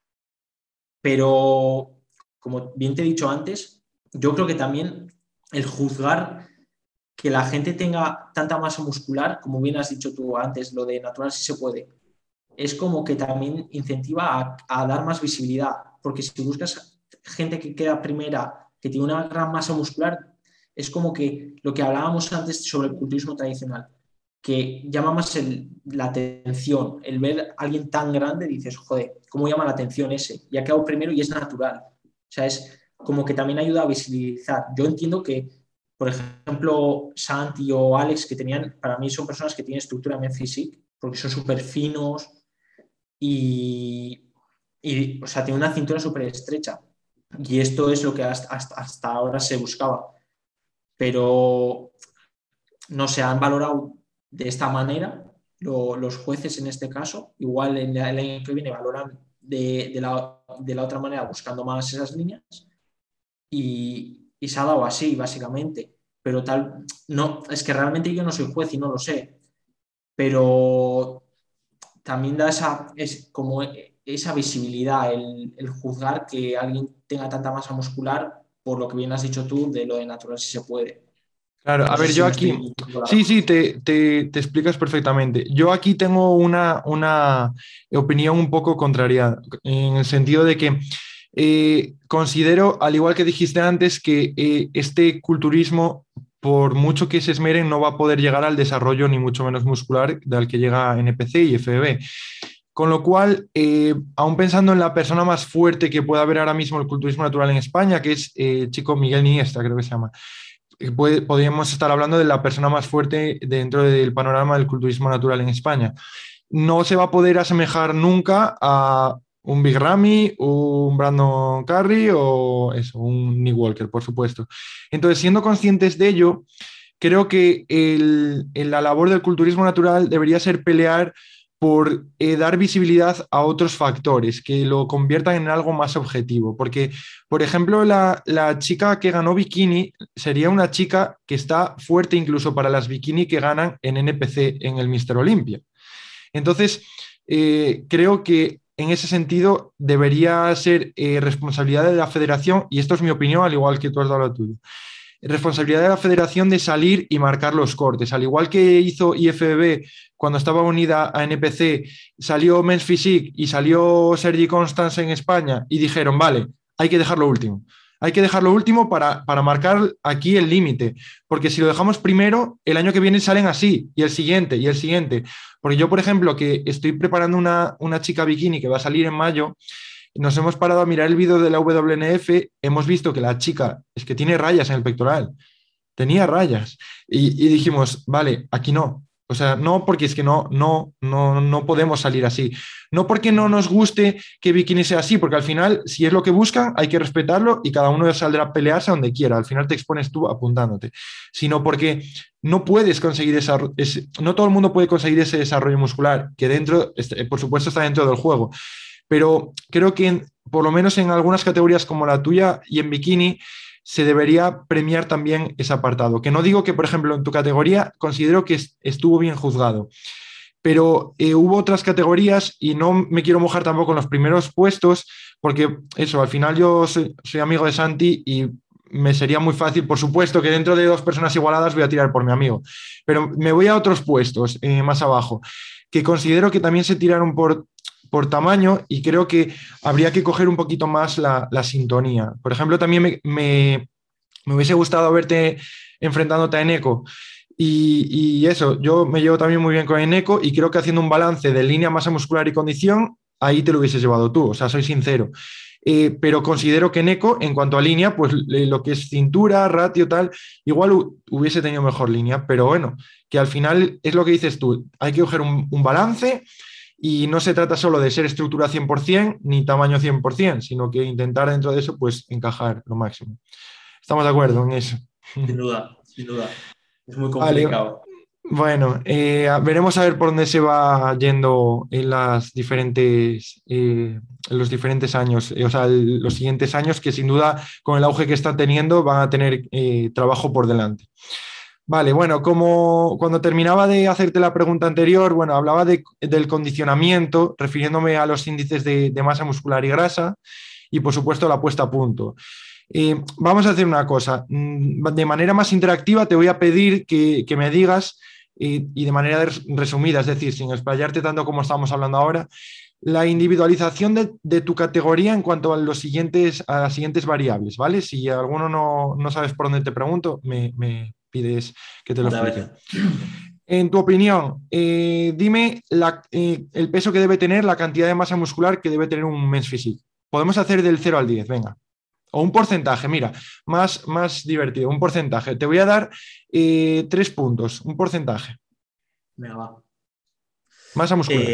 Pero, como bien te he dicho antes, yo creo que también el juzgar que la gente tenga tanta masa muscular, como bien has dicho tú antes, lo de natural sí se puede, es como que también incentiva a dar más visibilidad, porque si buscas gente que queda primera, que tiene una gran masa muscular, es como que lo que hablábamos antes sobre el culturismo tradicional, que llama más la atención, el ver a alguien tan grande, dices, joder, ¿cómo llama la atención ese? Y ha quedado primero y es natural. O sea, es como que también ayuda a visibilizar. Yo entiendo que, por ejemplo, Santi o Alex, que tenían, para mí son personas que tienen estructura en physique, porque son súper finos, y, o sea, tiene una cintura súper estrecha. Y esto es lo que hasta ahora se buscaba. Pero no se han valorado de esta manera los jueces en este caso. Igual en el año que viene valoran de la otra manera, buscando más esas líneas. Y se ha dado así, básicamente. Pero tal, no, es que realmente yo no soy juez y no lo sé. Pero también da como esa visibilidad, el juzgar que alguien tenga tanta masa muscular, por lo que bien has dicho tú, de lo de natural si se puede. Claro, a No sé ver, si yo me aquí, estoy dando la sí, razón. sí, te explicas perfectamente. Yo aquí tengo una opinión un poco contraria, en el sentido de que considero, al igual que dijiste antes, que este culturismo, por mucho que se esmeren, no va a poder llegar al desarrollo ni mucho menos muscular del que llega NPC y FBB. Con lo cual, aún pensando en la persona más fuerte que pueda haber ahora mismo el culturismo natural en España, que es el chico Miguel Iniesta, creo que se llama, podríamos estar hablando de la persona más fuerte dentro del panorama del culturismo natural en España. No se va a poder asemejar nunca a un Big Ramy, un Brandon Curry o eso, un Nick Walker, por supuesto. Entonces, siendo conscientes de ello, creo que la labor del culturismo natural debería ser pelear por dar visibilidad a otros factores que lo conviertan en algo más objetivo. Porque, por ejemplo, la chica que ganó bikini sería una chica que está fuerte incluso para las bikini que ganan en NPC en el Mister Olympia. Entonces, creo que en ese sentido debería ser responsabilidad de la federación, y esto es mi opinión, al igual que tú has dado la tuya, responsabilidad de la federación de salir y marcar los cortes. Al igual que hizo IFBB cuando estaba unida a NPC, salió Men's Physique y salió Sergi Constance en España y dijeron, vale, hay que dejarlo último. Hay que dejarlo último para marcar aquí el límite, porque si lo dejamos primero, el año que viene salen así, y el siguiente, y el siguiente. Porque yo, por ejemplo, que estoy preparando una chica bikini que va a salir en mayo, nos hemos parado a mirar el vídeo de la WNF, hemos visto que la chica es que tiene rayas en el pectoral, tenía rayas, y dijimos, vale, aquí no, O sea, no porque es que no podemos salir así. No porque no nos guste que Bikini sea así, porque al final, si es lo que buscan, hay que respetarlo y cada uno saldrá a pelearse donde quiera. Al final te expones tú apuntándote. Sino porque no puedes conseguir no todo el mundo puede conseguir ese desarrollo muscular, que dentro, por supuesto, está dentro del juego. Pero creo que por lo menos en algunas categorías como la tuya y en bikini se debería premiar también ese apartado. Que no digo que, por ejemplo, en tu categoría considero que estuvo bien juzgado, pero hubo otras categorías y no me quiero mojar tampoco en los primeros puestos, porque eso, al final yo soy amigo de Santi y me sería muy fácil, por supuesto, que dentro de dos personas igualadas voy a tirar por mi amigo, pero me voy a otros puestos más abajo, que considero que también se tiraron por tamaño y creo que habría que coger un poquito más la sintonía. Por ejemplo, también me hubiese gustado verte enfrentándote a Eneco. Y eso, yo me llevo también muy bien con Eneco y creo que haciendo un balance de línea, masa muscular y condición, ahí te lo hubieses llevado tú, o sea, soy sincero. Pero considero que Eneco, en cuanto a línea, pues lo que es cintura, ratio, tal, igual hubiese tenido mejor línea, pero bueno, que al final es lo que dices tú, hay que coger un balance y no se trata solo de ser estructura 100% ni tamaño 100%, sino que intentar dentro de eso, pues encajar lo máximo. Estamos de acuerdo en eso. Sin duda, sin duda. Es muy Vale, complicado. bueno, veremos a ver por dónde se va yendo en los diferentes años, o sea, los siguientes años que sin duda con el auge que están teniendo van a tener trabajo por delante. Vale, bueno, como cuando terminaba de hacerte la pregunta anterior, bueno, hablaba del condicionamiento, refiriéndome a los índices de masa muscular y grasa y por supuesto la puesta a punto. Vamos a hacer una cosa. De manera más interactiva te voy a pedir que me digas, y de manera resumida, es decir, sin explayarte tanto como estamos hablando ahora, la individualización de tu categoría en cuanto a a las siguientes variables, ¿vale? Si alguno no sabes por dónde te pregunto, me pides que te lo Vale, a explique. ver. En tu opinión, dime el peso que debe tener, la cantidad de masa muscular que debe tener un Men's Physique. Podemos hacer del 0 al 10, venga. O un porcentaje, mira, más divertido, un porcentaje. Te voy a dar 3 puntos, un porcentaje. Venga, va. Masa muscular.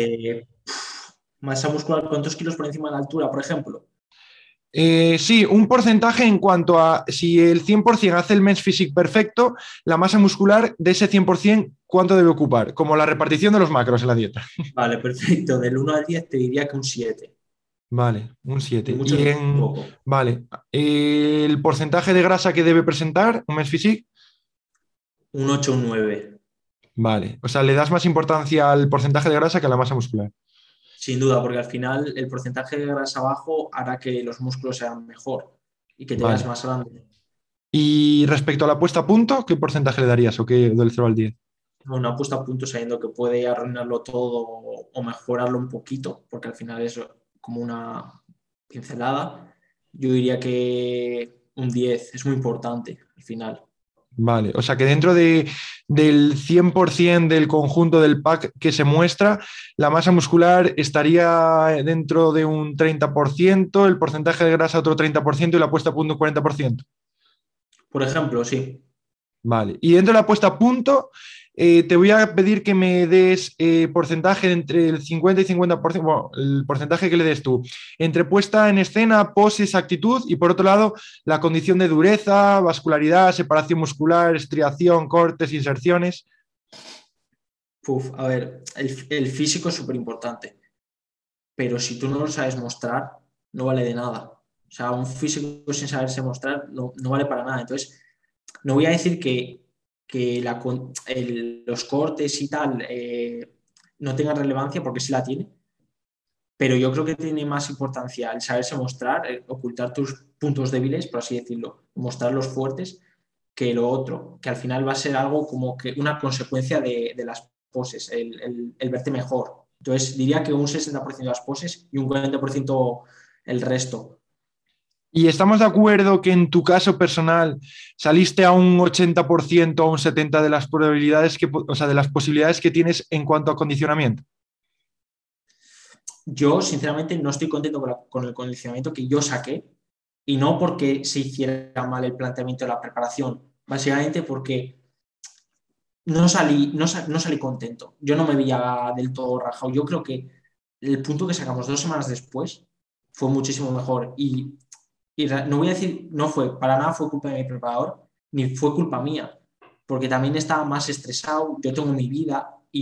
Masa muscular, ¿cuántos kilos por encima de la altura, por ejemplo? Sí, un porcentaje en cuanto a si el 100% hace el Men's Physique perfecto, la masa muscular de ese 100%, ¿cuánto debe ocupar? Como la repartición de los macros en la dieta. Vale, perfecto. Del 1 al 10 te diría que un 7. Vale, un Ni 7. mucho ni poco. Vale, el porcentaje de grasa que debe presentar un Men's Physique, Un 8 un 9. vale. O sea, le das más importancia al porcentaje de grasa que a la masa muscular. Sin duda, porque al final el porcentaje de grasa bajo hará que los músculos sean mejor y que te veas Vale. más grande. Y respecto a la puesta a punto, ¿qué porcentaje le darías o qué del 0 al 10? Una puesta a punto sabiendo que puede arruinarlo todo o mejorarlo un poquito, porque al final es como una pincelada. Yo diría que un 10 es muy importante al final. Vale, o sea que del 100% del conjunto del pack que se muestra, la masa muscular estaría dentro de un 30%, el porcentaje de grasa otro 30% y la puesta a punto un 40%. Por ejemplo, sí, Vale, y dentro de la puesta a punto, te voy a pedir que me des porcentaje entre el 50 y 50%, bueno, el porcentaje que le des tú, entre puesta en escena, poses, actitud y por otro lado, la condición de dureza, vascularidad, separación muscular, estriación, cortes, inserciones. a ver, el físico es súper importante, pero si tú no lo sabes mostrar, no vale de nada. O sea, un físico sin saberse mostrar no vale para nada. Entonces, no voy a decir que los cortes y tal no tengan relevancia, porque sí la tiene, pero yo creo que tiene más importancia el saberse mostrar, ocultar tus puntos débiles, por así decirlo, mostrar los fuertes, que lo otro, que al final va a ser algo como que una consecuencia de las poses, el verte mejor. Entonces diría que un 60% de las poses y un 40% el resto. Y estamos de acuerdo que en tu caso personal saliste a un 80% o a un 70% de las probabilidades o sea, de las posibilidades que tienes en cuanto a condicionamiento. Yo, sinceramente, no estoy contento con el condicionamiento que yo saqué y no porque se hiciera mal el planteamiento de la preparación, básicamente porque no salí contento. Yo no me veía del todo rajado. Yo creo que el punto que sacamos 2 semanas después fue muchísimo mejor. Y no voy a decir, no fue, para nada fue culpa de mi preparador, ni fue culpa mía, porque también estaba más estresado, yo tengo mi vida y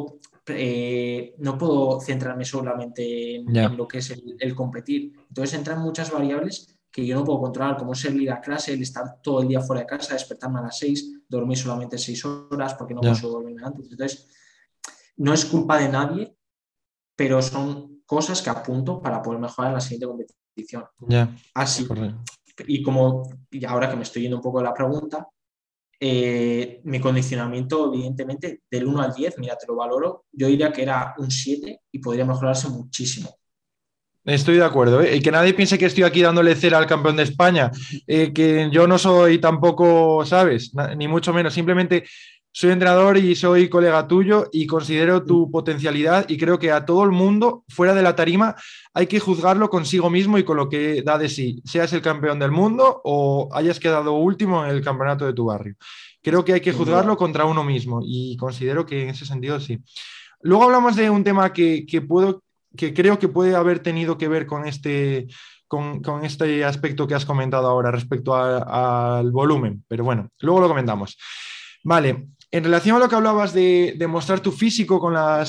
no puedo centrarme solamente en Ya, lo que es el competir. Entonces entran muchas variables que yo no puedo controlar, como es el ir a clase, el estar todo el día fuera de casa, despertarme a las 6, dormir solamente 6 horas porque no ya, consigo dormirme antes. Entonces, no es culpa de nadie, pero son cosas que apunto para poder mejorar en la siguiente competición. ya, Así, correcto. y ahora que me estoy yendo un poco de la pregunta, mi condicionamiento, evidentemente, del 1 al 10, mira, te lo valoro, yo diría que era un 7 y podría mejorarse muchísimo. Estoy de acuerdo, ¿eh? Y que nadie piense que estoy aquí dándole cera al campeón de España, que yo no soy tampoco, ¿sabes? Ni mucho menos, simplemente soy entrenador y soy colega tuyo y considero tu potencialidad y creo que a todo el mundo fuera de la tarima hay que juzgarlo consigo mismo y con lo que da de sí, seas el campeón del mundo o hayas quedado último en el campeonato de tu barrio. Creo que hay que Sin duda. juzgarlo contra uno mismo y considero que en ese sentido sí. Luego hablamos de un tema que creo que puede haber tenido que ver con este aspecto que has comentado ahora respecto al volumen, pero bueno, luego lo comentamos. Vale, en relación a lo que hablabas de mostrar tu físico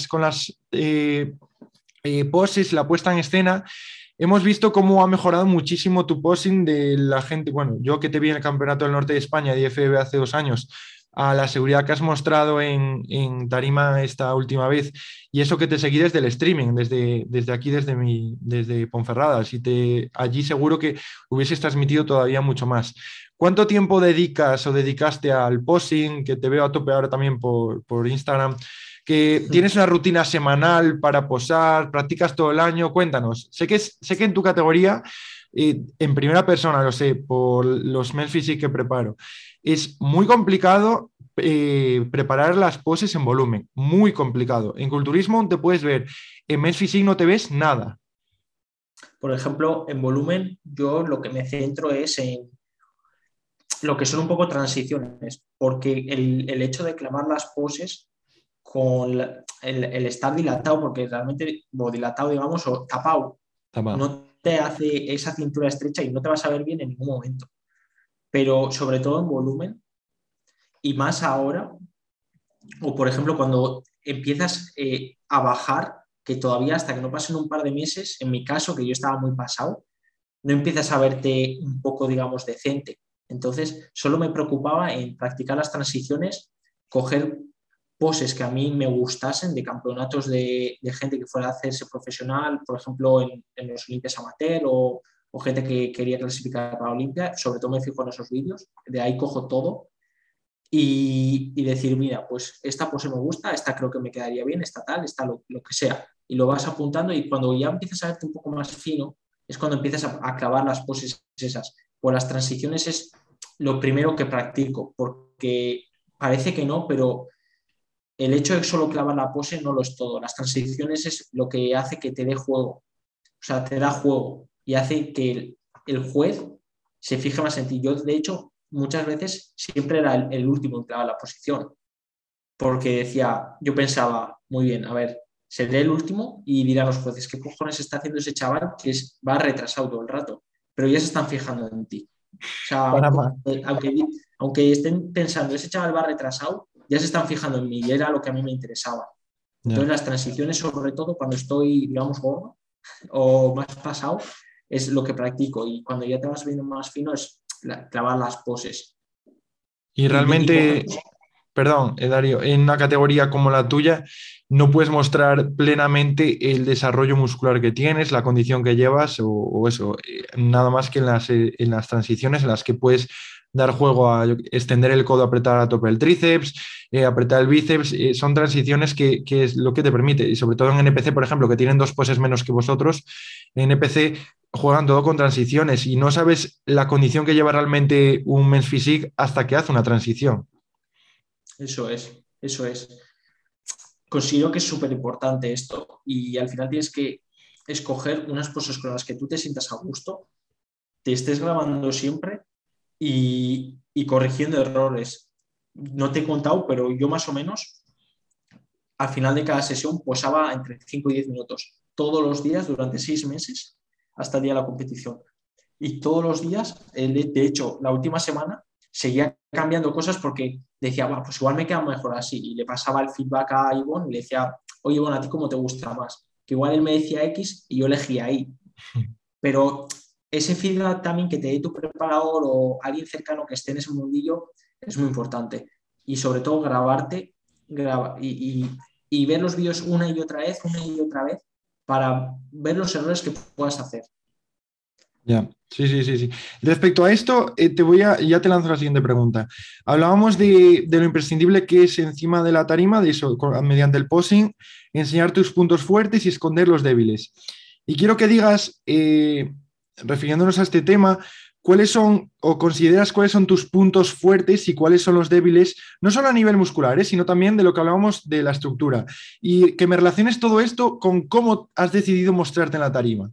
con las poses, la puesta en escena, hemos visto cómo ha mejorado muchísimo tu posing de la gente. Bueno, yo que te vi en el Campeonato del Norte de España de IFBB hace 2 años, a la seguridad que has mostrado en tarima esta última vez, y eso que te seguí desde el streaming, desde aquí, desde Ponferrada, allí seguro que hubieses transmitido todavía mucho más. ¿Cuánto tiempo dedicas o dedicaste al posing, que te veo a tope ahora también por Instagram? Que tienes una rutina semanal para posar, practicas todo el año, cuéntanos. Sé que en tu categoría, en primera persona, lo sé, por los Men's Physique que preparo, es muy complicado preparar las poses en volumen, muy complicado. En culturismo te puedes ver, en Men's Physique no te ves nada. Por ejemplo, en volumen, yo lo que me centro es en lo que son un poco transiciones, porque el hecho de clamar las poses con el estar dilatado, porque realmente, o dilatado, digamos, o tapado, Tapado. no te hace esa cintura estrecha y no te vas a ver bien en ningún momento. Pero sobre todo en volumen, y más ahora, o por ejemplo, cuando empiezas a bajar, que todavía hasta que no pasen un par de meses, en mi caso, que yo estaba muy pasado, no empiezas a verte un poco, digamos, decente. Entonces, solo me preocupaba en practicar las transiciones, coger poses que a mí me gustasen de campeonatos de gente que fuera a hacerse profesional, por ejemplo, en los Olimpias Amateur o gente que quería clasificar para Olimpia. Sobre todo me fijo en esos vídeos, de ahí cojo todo y decir, mira, pues esta pose me gusta, esta creo que me quedaría bien, esta tal, esta lo que sea. Y lo vas apuntando y cuando ya empiezas a verte un poco más fino, es cuando empiezas a clavar las poses esas. Pues las transiciones es lo primero que practico, porque parece que no, pero el hecho de solo clavar la pose no lo es todo. Las transiciones es lo que hace que te dé juego, o sea, te da juego y hace que el juez se fije más en ti. Yo, de hecho, muchas veces siempre era el último en clavar la posición, porque decía, yo pensaba, muy bien, a ver, seré el último y dirán los jueces, ¿qué cojones está haciendo ese chaval que va retrasado todo el rato? Pero ya se están fijando en ti. O sea, Para más. aunque estén pensando, ese chaval va retrasado, ya se están fijando en mí y era lo que a mí me interesaba. Entonces, Ya. las transiciones, sobre todo cuando estoy, digamos, gordo o más pasado, es lo que practico. Y cuando ya te vas viendo más fino, es clavar las poses. Y Y por realmente, ejemplo, perdón, Darío, en una categoría como la tuya, no puedes mostrar plenamente el desarrollo muscular que tienes, la condición que llevas o eso, nada más que en las transiciones en las que puedes dar juego a extender el codo, apretar a tope el tríceps, apretar el bíceps, son transiciones que es lo que te permite, y sobre todo en NPC, por ejemplo, que tienen 2 poses menos que vosotros, en NPC juegan todo con transiciones y no sabes la condición que lleva realmente un Men's Physique hasta que hace una transición. eso es, eso es. Considero que es súper importante esto y al final tienes que escoger unas poses con las que tú te sientas a gusto, te estés grabando siempre y corrigiendo errores. no te he contado, pero yo más o menos al final de cada sesión posaba entre 5 y 10 minutos, todos los días durante 6 meses hasta el día de la competición. Y todos los días, de hecho, la última semana seguía cambiando cosas porque decía, pues igual me queda mejor así. Y le pasaba el feedback a Ivonne y le decía, oye, Ivonne, ¿a ti cómo te gusta más? Que igual él me decía X y yo elegía Y. Pero ese feedback también que te dé tu preparador o alguien cercano que esté en ese mundillo es muy importante. Y sobre todo grabarte y ver los vídeos una y otra vez para ver los errores que puedas hacer. Ya, sí, sí, sí, sí. Respecto a esto, ya te lanzo la siguiente pregunta. Hablábamos de lo imprescindible que es encima de la tarima, de eso, mediante el posing, enseñar tus puntos fuertes y esconder los débiles. Y quiero que digas, refiriéndonos a este tema, cuáles son o consideras cuáles son tus puntos fuertes y cuáles son los débiles, no solo a nivel muscular, sino también de lo que hablábamos de la estructura. Y que me relaciones todo esto con cómo has decidido mostrarte en la tarima.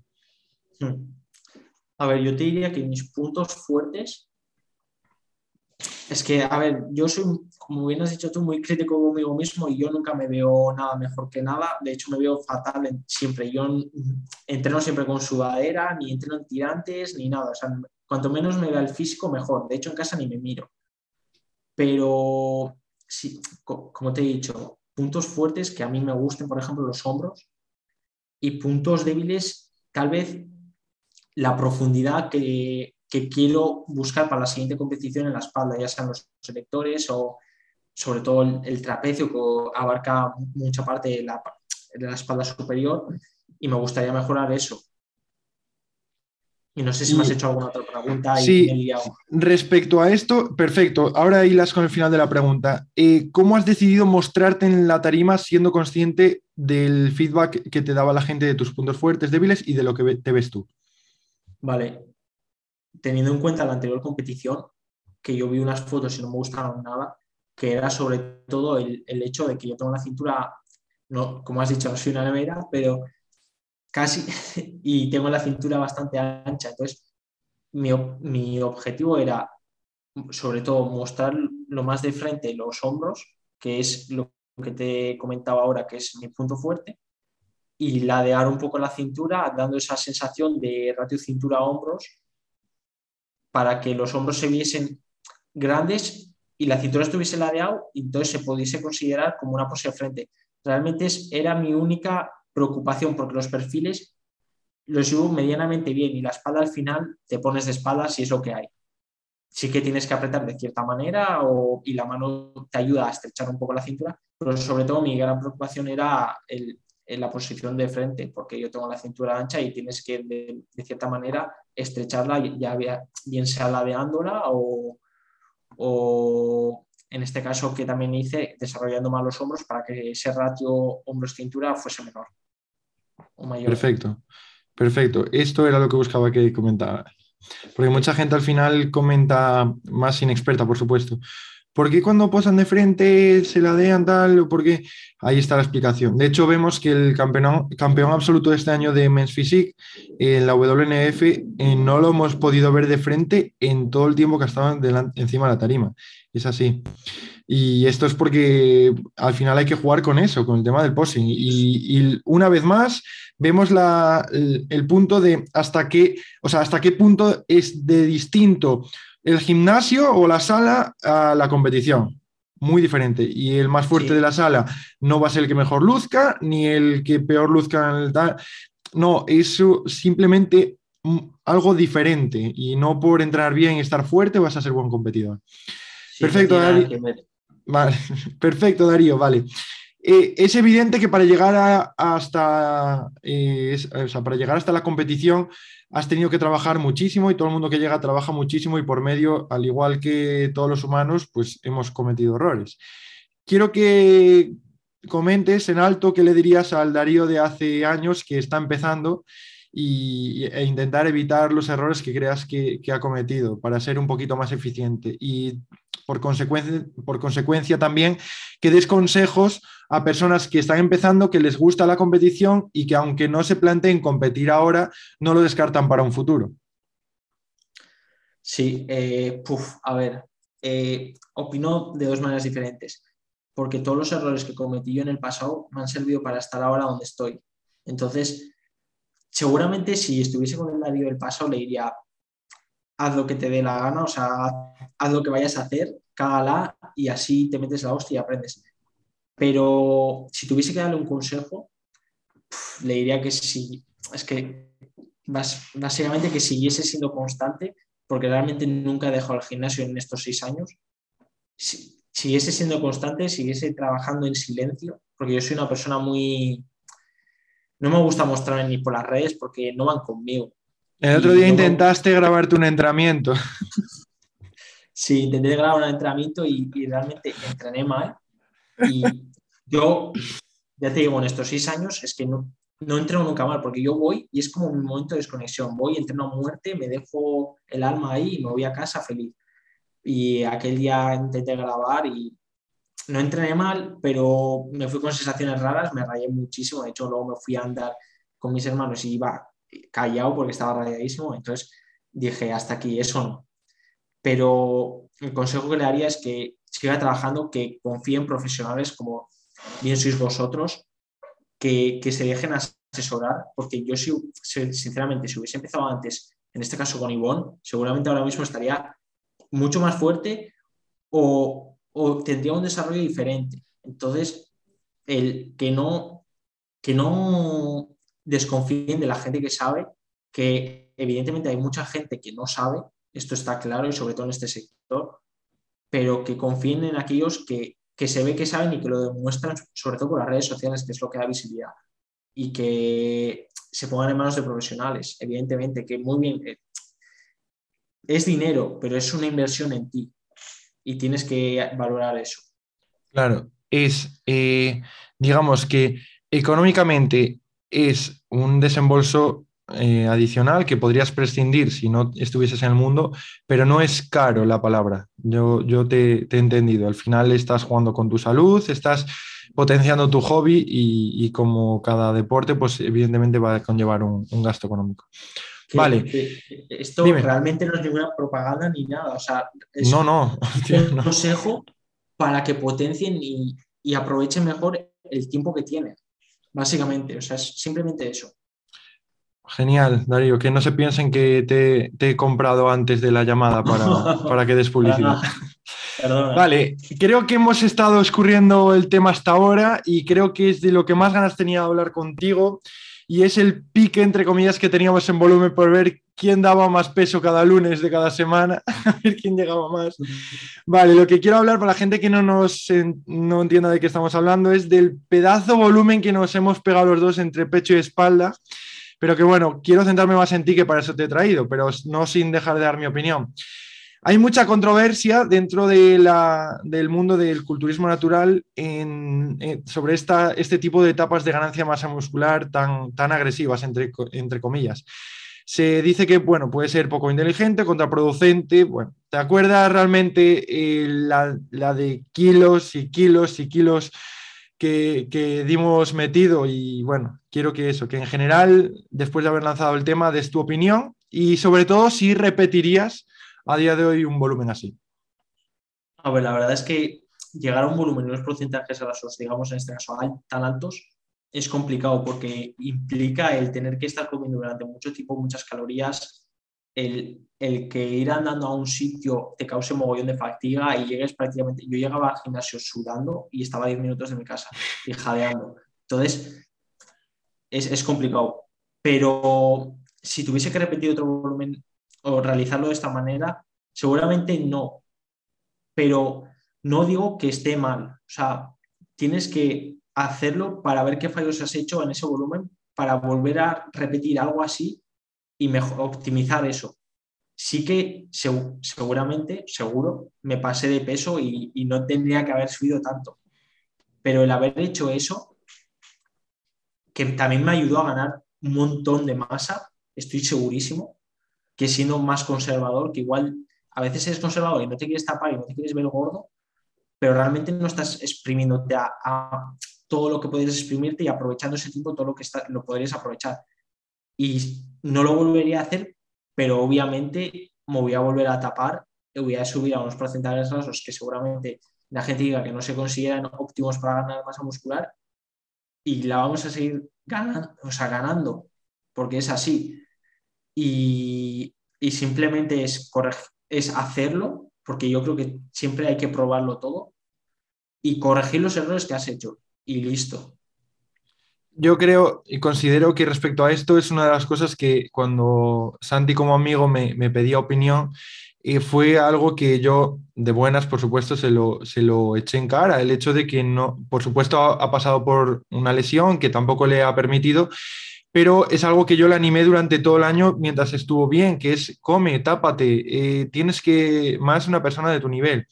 A ver, yo te diría que mis puntos fuertes es que, a ver, yo soy, como bien has dicho tú, muy crítico conmigo mismo y yo nunca me veo nada mejor que nada. De hecho, me veo fatal siempre. Yo entreno siempre con sudadera, ni entreno en tirantes, ni nada. O sea, cuanto menos me vea el físico, mejor. De hecho, en casa ni me miro. Pero, sí, como te he dicho, puntos fuertes que a mí me gusten, por ejemplo, los hombros, y puntos débiles, tal vez la profundidad que quiero buscar para la siguiente competición en la espalda, ya sean los selectores o sobre todo el trapecio, que abarca mucha parte de la espalda superior, y me gustaría mejorar eso. Y no sé si me has Y hecho alguna otra pregunta y me he sí, liado. respecto a esto, perfecto. Ahora hilas con el final de la pregunta. ¿Cómo has decidido mostrarte en la tarima siendo consciente del feedback que te daba la gente de tus puntos fuertes, débiles y de lo que te ves tú? Vale, teniendo en cuenta la anterior competición, que yo vi unas fotos y no me gustaron nada, que era sobre todo el hecho de que yo tengo la cintura, no, como has dicho, no soy una nevera, pero casi, y tengo la cintura bastante ancha. Entonces, mi objetivo era, sobre todo, mostrar lo más de frente los hombros, que es lo que te comentaba ahora, que es mi punto fuerte, y ladear un poco la cintura, dando esa sensación de ratio cintura-hombros para que los hombros se viesen grandes y la cintura estuviese ladeado y entonces se pudiese considerar como una pose de frente. Realmente era mi única preocupación porque los perfiles los llevo medianamente bien y la espalda al final te pones de espaldas y es lo que hay. Sí que tienes que apretar de cierta manera y la mano te ayuda a estrechar un poco la cintura, pero sobre todo mi gran preocupación era la posición de frente, porque yo tengo la cintura ancha y tienes que de cierta manera estrecharla, ya bien sea ladeándola o en este caso que también hice desarrollando más los hombros para que ese ratio hombros-cintura fuese menor o mayor. Perfecto, perfecto. Esto era lo que buscaba que comentara. Porque mucha gente al final comenta, más inexperta, por supuesto. ¿Por qué cuando posan de frente se ladean tal? ¿Por qué? Ahí está la explicación. De hecho, vemos que el campeón absoluto de este año de Men's Physique en la WNF no lo hemos podido ver de frente en todo el tiempo que ha estado encima de la tarima. Es así. Y esto es porque al final hay que jugar con eso, con el tema del posing. Y una vez más, vemos el punto de hasta qué punto es de distinto el gimnasio o la sala a la competición. Muy diferente. Y el más fuerte de Sí, la sala no va a ser el que mejor luzca, ni el que peor luzca en el tal. No, eso simplemente algo diferente. Y no por entrenar bien y estar fuerte vas a ser buen competidor. sí, no Perfecto, tiene nada David. que ver. Vale, perfecto, Darío, vale. Es evidente que para llegar o sea, para llegar hasta la competición has tenido que trabajar muchísimo y todo el mundo que llega trabaja muchísimo y por medio, al igual que todos los humanos, pues hemos cometido errores. Quiero que comentes en alto qué le dirías al Darío de hace años que está empezando e intentar evitar los errores que creas que ha cometido para ser un poquito más eficiente y por consecuencia también que des consejos a personas que están empezando, que les gusta la competición y que aunque no se planteen competir ahora, no lo descartan para un futuro. Sí, a ver. opino de dos maneras diferentes, porque todos los errores que cometí yo en el pasado me han servido para estar ahora donde estoy. Entonces, seguramente si estuviese con el Darío del pasado le diría, haz lo que te dé la gana, o sea, haz lo que vayas a hacer, cágala y así te metes la hostia y aprendes. Pero si tuviese que darle un consejo, le diría que sí, es que básicamente que siguiese siendo constante, porque realmente nunca he dejado el gimnasio en estos 6 años. Siguiese siendo constante, siguiese trabajando en silencio, porque yo soy una persona muy... No me gusta mostrarme ni por las redes porque no van conmigo. El otro Y día no me... intentaste grabarte un entrenamiento. Sí, intenté grabar un entrenamiento y realmente entrené mal. Y yo, ya te digo, en estos 6 años es que no entreno nunca mal, porque yo voy y es como un momento de desconexión. Voy, entreno a muerte, me dejo el alma ahí y me voy a casa feliz. Y aquel día intenté grabar y no entrené mal, pero me fui con sensaciones raras, me rayé muchísimo. De hecho, luego me fui a andar con mis hermanos y iba callado porque estaba rayadísimo. Entonces dije, hasta aquí, eso no. Pero el consejo que le daría es que siga trabajando, que confíe en profesionales como bien sois vosotros, que se dejen asesorar, porque yo sinceramente, si hubiese empezado antes, en este caso con Ivonne, seguramente ahora mismo estaría mucho más fuerte o tendría un desarrollo diferente. Entonces, el que no desconfíen de la gente que sabe, que evidentemente hay mucha gente que no sabe, esto está claro y sobre todo en este sector, pero que confíen en aquellos que se ve que saben y que lo demuestran, sobre todo por las redes sociales, que es lo que da visibilidad, y que se pongan en manos de profesionales, evidentemente, que muy bien, es dinero, pero es una inversión en ti y tienes que valorar eso. Claro, digamos que económicamente es un desembolso adicional que podrías prescindir si no estuvieses en el mundo, pero no es caro la palabra. Yo te he entendido. Al final estás jugando con tu salud, estás potenciando tu hobby y como cada deporte, pues evidentemente va a conllevar un gasto económico. Vale, Esto dime. realmente no es ninguna propaganda ni nada, o sea, No, es no, hostia, un no. consejo para que potencien y aprovechen mejor el tiempo que tienen, básicamente, o sea, es simplemente eso. Genial, Darío, que no se piensen que te he comprado antes de la llamada para que des Para publicidad. nada, perdona. Vale, creo que hemos estado escurriendo el tema hasta ahora y creo que es de lo que más ganas tenía de hablar contigo y es el pique, entre comillas, que teníamos en volumen por ver quién daba más peso cada lunes de cada semana, a ver quién llegaba más. Vale, lo que quiero hablar para la gente que no entienda de qué estamos hablando es del pedazo volumen que nos hemos pegado los dos entre pecho y espalda, pero que bueno, quiero centrarme más en ti, que para eso te he traído, pero no sin dejar de dar mi opinión. Hay mucha controversia dentro del mundo del culturismo natural sobre este tipo de etapas de ganancia de masa muscular tan agresivas, entre comillas. Se dice que, bueno, puede ser poco inteligente, contraproducente. Bueno, ¿te acuerdas realmente la de kilos y kilos y kilos que dimos metido? Y bueno, quiero que en general, después de haber lanzado el tema, des tu opinión y sobre todo si repetirías a día de hoy un volumen así. A ver, la verdad es que llegar a un volumen y unos porcentajes grasos, digamos en este caso tan altos, es complicado porque implica el tener que estar comiendo durante mucho tiempo muchas calorías, el que ir andando a un sitio te cause mogollón de fatiga y llegues prácticamente... Yo llegaba al gimnasio sudando y estaba a 10 minutos de mi casa y jadeando. Entonces, es complicado. Pero si tuviese que repetir otro volumen o realizarlo de esta manera, seguramente no, pero no digo que esté mal. O sea, tienes que hacerlo para ver qué fallos has hecho en ese volumen para volver a repetir algo así y mejor, optimizar eso. Sí que seguramente, seguro, me pasé de peso y no tendría que haber subido tanto. Pero el haber hecho eso, que también me ayudó a ganar un montón de masa, estoy segurísimo, que siendo más conservador, que igual a veces eres conservador y no te quieres tapar y no te quieres ver gordo, pero realmente no estás exprimiéndote a todo lo que podrías exprimirte y aprovechando ese tiempo todo lo que lo podrías aprovechar. Y no lo volvería a hacer, pero obviamente me voy a volver a tapar voy a subir a unos porcentajes grasos que seguramente la gente diga que no se consideran óptimos para ganar masa muscular y la vamos a seguir ganando, o sea, ganando, porque es así. Y simplemente es hacerlo, porque yo creo que siempre hay que probarlo todo y corregir los errores que has hecho y listo. Yo creo y considero que respecto a esto es una de las cosas que cuando Santi como amigo me pedía opinión, fue algo que yo de buenas, por supuesto, se lo eché en cara. El hecho de que no, por supuesto, ha pasado por una lesión que tampoco le ha permitido, pero es algo que yo le animé durante todo el año mientras estuvo bien, que es come, tápate, tienes que más una persona de tu nivel.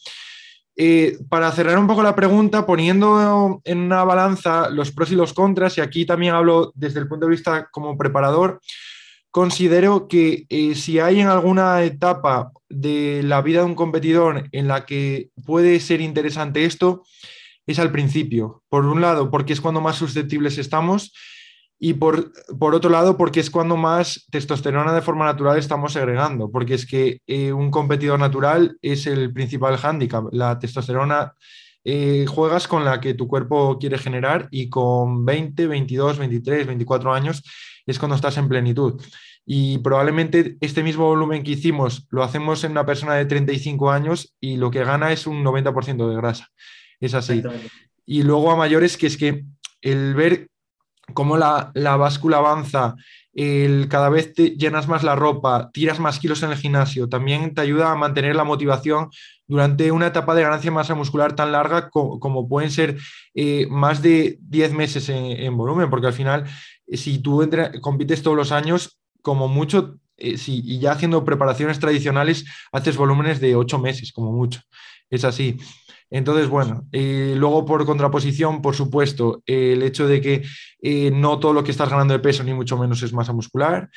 Para cerrar un poco la pregunta, poniendo en una balanza los pros y los contras, y aquí también hablo desde el punto de vista como preparador, considero que si hay en alguna etapa de la vida de un competidor en la que puede ser interesante esto, es al principio. Por un lado, porque es cuando más susceptibles estamos y por otro lado, porque es cuando más testosterona de forma natural estamos segregando, porque es que un competidor natural es el principal hándicap. La testosterona juegas con la que tu cuerpo quiere generar y con 20, 22, 23, 24 años es cuando estás en plenitud. Y probablemente este mismo volumen que hicimos lo hacemos en una persona de 35 años y lo que gana es un 90% de grasa. Es así. Y luego a mayores, que es que el ver cómo la báscula avanza, cada vez te llenas más la ropa, tiras más kilos en el gimnasio, también te ayuda a mantener la motivación durante una etapa de ganancia de masa muscular tan larga como pueden ser más de 10 meses en volumen, porque al final, si tú compites todos los años, como mucho, y ya haciendo preparaciones tradicionales, haces volúmenes de 8 meses, como mucho. Es así. Entonces, bueno, luego por contraposición, por supuesto, el hecho de que no todo lo que estás ganando de peso, ni mucho menos es masa muscular.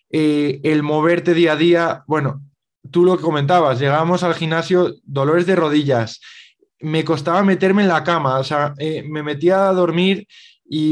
El moverte día a día, bueno, tú lo que comentabas, llegábamos al gimnasio, dolores de rodillas, me costaba meterme en la cama, o sea, me metía a dormir y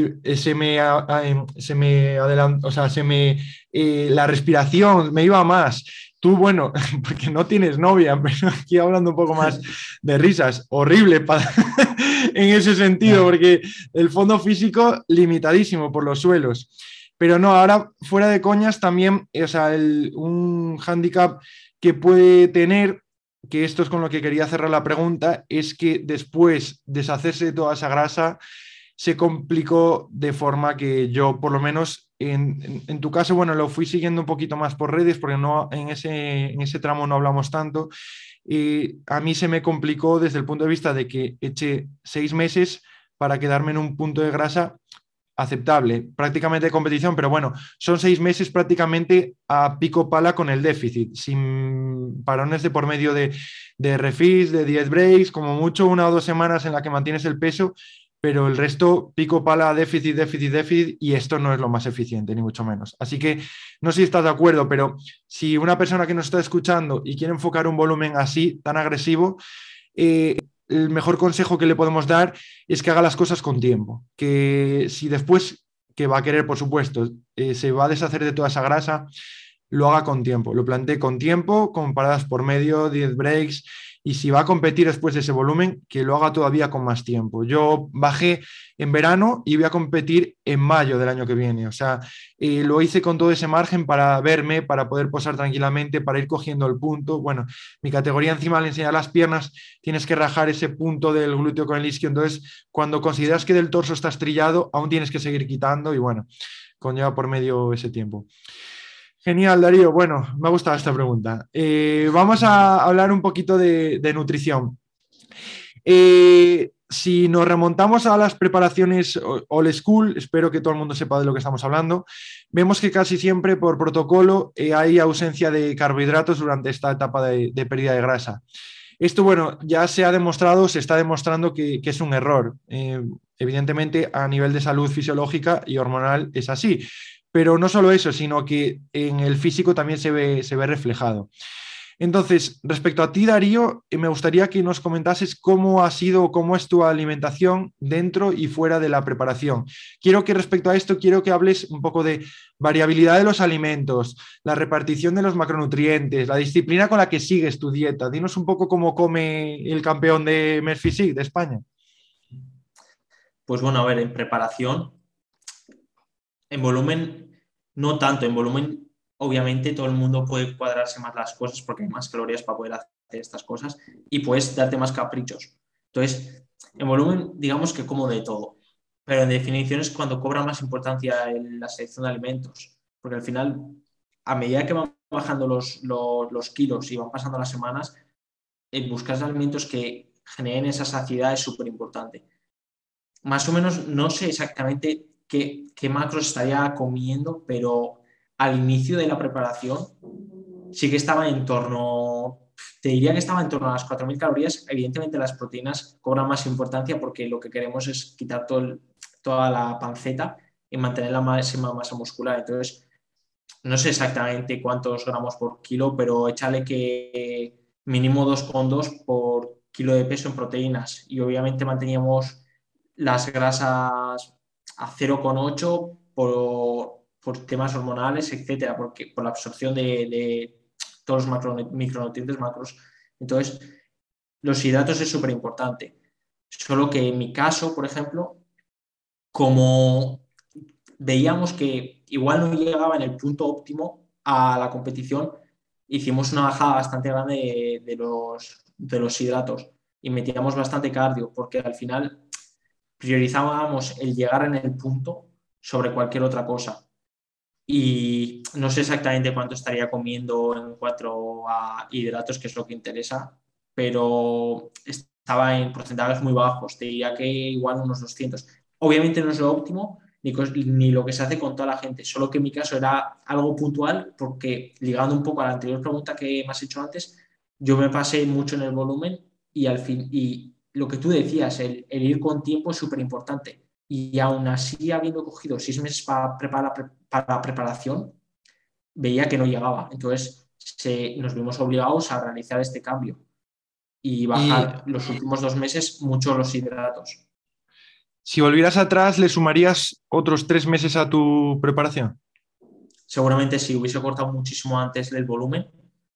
se me adelantó, o sea, la respiración me iba más. Tú, bueno, porque no tienes novia, pero aquí hablando un poco más de risas, horrible en ese sentido, porque el fondo físico limitadísimo por los suelos. Pero no, ahora fuera de coñas también, o sea, un hándicap que puede tener, que esto es con lo que quería cerrar la pregunta, es que después deshacerse de toda esa grasa se complicó de forma que yo, por lo menos en tu caso, bueno, lo fui siguiendo un poquito más por redes, porque no, en ese tramo no hablamos tanto. A mí se me complicó desde el punto de vista de que eché 6 meses para quedarme en un punto de grasa aceptable, prácticamente de competición, pero bueno, son 6 meses prácticamente a pico pala con el déficit, sin parones de por medio de refeeds, de 10 breaks, como mucho 1 o 2 semanas en la que mantienes el peso, pero el resto pico pala, déficit, déficit, déficit, y esto no es lo más eficiente, ni mucho menos. Así que no sé si estás de acuerdo, pero si una persona que nos está escuchando y quiere enfocar un volumen así, tan agresivo, el mejor consejo que le podemos dar es que haga las cosas con tiempo, que si después, que va a querer, por supuesto, se va a deshacer de toda esa grasa, lo haga con tiempo, lo plantee con tiempo, con paradas por medio, 10 breaks, y si va a competir después de ese volumen, que lo haga todavía con más tiempo. Yo bajé en verano y voy a competir en mayo del año que viene, o sea, lo hice con todo ese margen para verme, para poder posar tranquilamente, para ir cogiendo el punto. Bueno, mi categoría encima al enseñar las piernas, tienes que rajar ese punto del glúteo con el isquio, entonces cuando consideras que del torso está estrellado, aún tienes que seguir quitando y bueno, conlleva por medio ese tiempo. Genial, Darío. Bueno, me ha gustado esta pregunta. Vamos a hablar un poquito de nutrición. Si nos remontamos a las preparaciones old school, espero que todo el mundo sepa de lo que estamos hablando, vemos que casi siempre por protocolo hay ausencia de carbohidratos durante esta etapa de pérdida de grasa. Esto, bueno, ya se ha demostrado, se está demostrando que es un error. Evidentemente, a nivel de salud fisiológica y hormonal es así. Pero no solo eso, sino que en el físico también se ve reflejado. Entonces, respecto a ti, Darío, me gustaría que nos comentases cómo ha sido, cómo es tu alimentación dentro y fuera de la preparación. Quiero que respecto a esto, quiero que hables un poco de variabilidad de los alimentos, la repartición de los macronutrientes, la disciplina con la que sigues tu dieta. Dinos un poco cómo come el campeón de Men's Physique de España. Pues bueno, a ver, en preparación, en volumen, no tanto, en volumen, obviamente todo el mundo puede cuadrarse más las cosas porque hay más calorías para poder hacer estas cosas y puedes darte más caprichos. Entonces, en volumen, digamos que como de todo, pero en definición es cuando cobra más importancia la selección de alimentos, porque al final, a medida que van bajando los kilos y van pasando las semanas, buscar alimentos que generen esa saciedad es súper importante. Más o menos no sé exactamente qué macros estaría comiendo, pero al inicio de la preparación sí que estaba en torno, te diría que estaba en torno a las 4.000 calorías. Evidentemente las proteínas cobran más importancia porque lo que queremos es quitar toda la panceta y mantener la máxima masa muscular. Entonces, no sé exactamente cuántos gramos por kilo, pero échale que mínimo 2,2 por kilo de peso en proteínas. Y obviamente manteníamos las grasas a 0,8 por temas hormonales, etcétera, porque, por la absorción de todos los micronutrientes macros. Entonces, los hidratos es súper importante. Solo que en mi caso, por ejemplo, como veíamos que igual no llegaba en el punto óptimo a la competición, hicimos una bajada bastante grande de los hidratos y metíamos bastante cardio, porque al final priorizábamos el llegar en el punto sobre cualquier otra cosa. Y no sé exactamente cuánto estaría comiendo en cuanto a hidratos, que es lo que interesa, pero estaba en porcentajes muy bajos, te diría que igual unos 200. Obviamente no es lo óptimo, ni lo que se hace con toda la gente, solo que en mi caso era algo puntual, porque ligando un poco a la anterior pregunta que me has hecho antes, yo me pasé mucho en el volumen y al fin, y lo que tú decías, el ir con tiempo es súper importante. Y aún así, habiendo cogido 6 meses para la preparación, veía que no llegaba. Entonces, nos vimos obligados a realizar este cambio y Y bajar los últimos 2 meses mucho los hidratos. si volvieras atrás, ¿le sumarías otros 3 meses a tu preparación? Seguramente si hubiese cortado muchísimo antes el volumen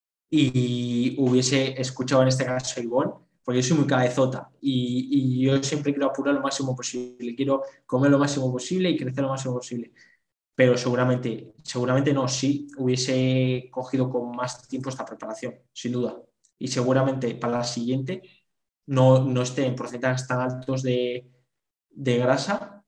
y hubiese escuchado en este caso a Ivonne, porque yo soy muy cabezota y yo siempre quiero apurar lo máximo posible, quiero comer lo máximo posible y crecer lo máximo posible. Pero seguramente no, sí hubiese cogido con más tiempo esta preparación, sin duda. Y seguramente para la siguiente no esté en porcentajes tan altos de grasa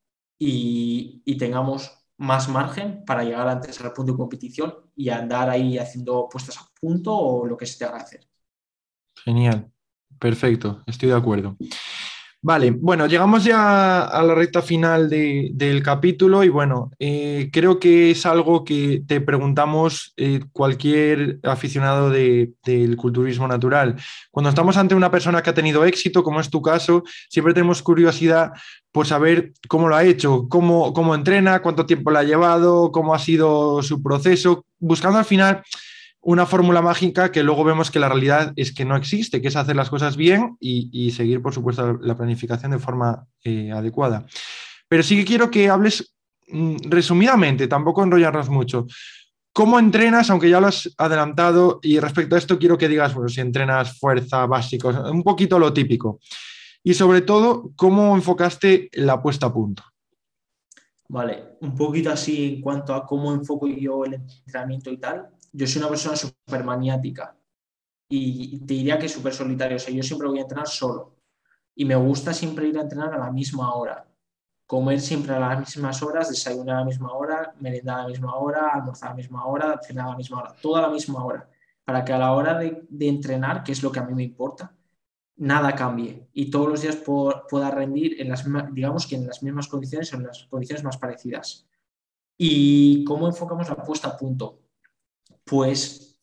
y tengamos más margen para llegar antes al punto de competición y andar ahí haciendo puestas a punto o lo que se tenga que hacer. Genial, perfecto, estoy de acuerdo. Vale, bueno, llegamos ya a la recta final del capítulo y bueno, creo que es algo que te preguntamos cualquier aficionado del culturismo natural. Cuando estamos ante una persona que ha tenido éxito, como es tu caso, siempre tenemos curiosidad por saber cómo lo ha hecho, cómo entrena, cuánto tiempo le ha llevado, cómo ha sido su proceso, buscando al final una fórmula mágica que luego vemos que la realidad es que no existe, que es hacer las cosas bien y seguir, por supuesto, la planificación de forma adecuada. Pero sí que quiero que hables resumidamente, tampoco enrollarnos mucho. ¿Cómo entrenas, aunque ya lo has adelantado? Y respecto a esto quiero que digas, bueno, si entrenas fuerza, básicos, un poquito lo típico. Y sobre todo, ¿cómo enfocaste la puesta a punto? Vale, un poquito así en cuanto a cómo enfoco yo el entrenamiento y tal. Yo soy una persona súper maniática y te diría que súper solitario. O sea, yo siempre voy a entrenar solo y me gusta siempre ir a entrenar a la misma hora. Comer siempre a las mismas horas, desayunar a la misma hora, merendar a la misma hora, almorzar a la misma hora, cenar a la misma hora, toda a la misma hora. Para que a la hora de entrenar, que es lo que a mí me importa, nada cambie y todos los días pueda rendir digamos que en las mismas condiciones o en las condiciones más parecidas. ¿Y cómo enfocamos la puesta a punto? Pues,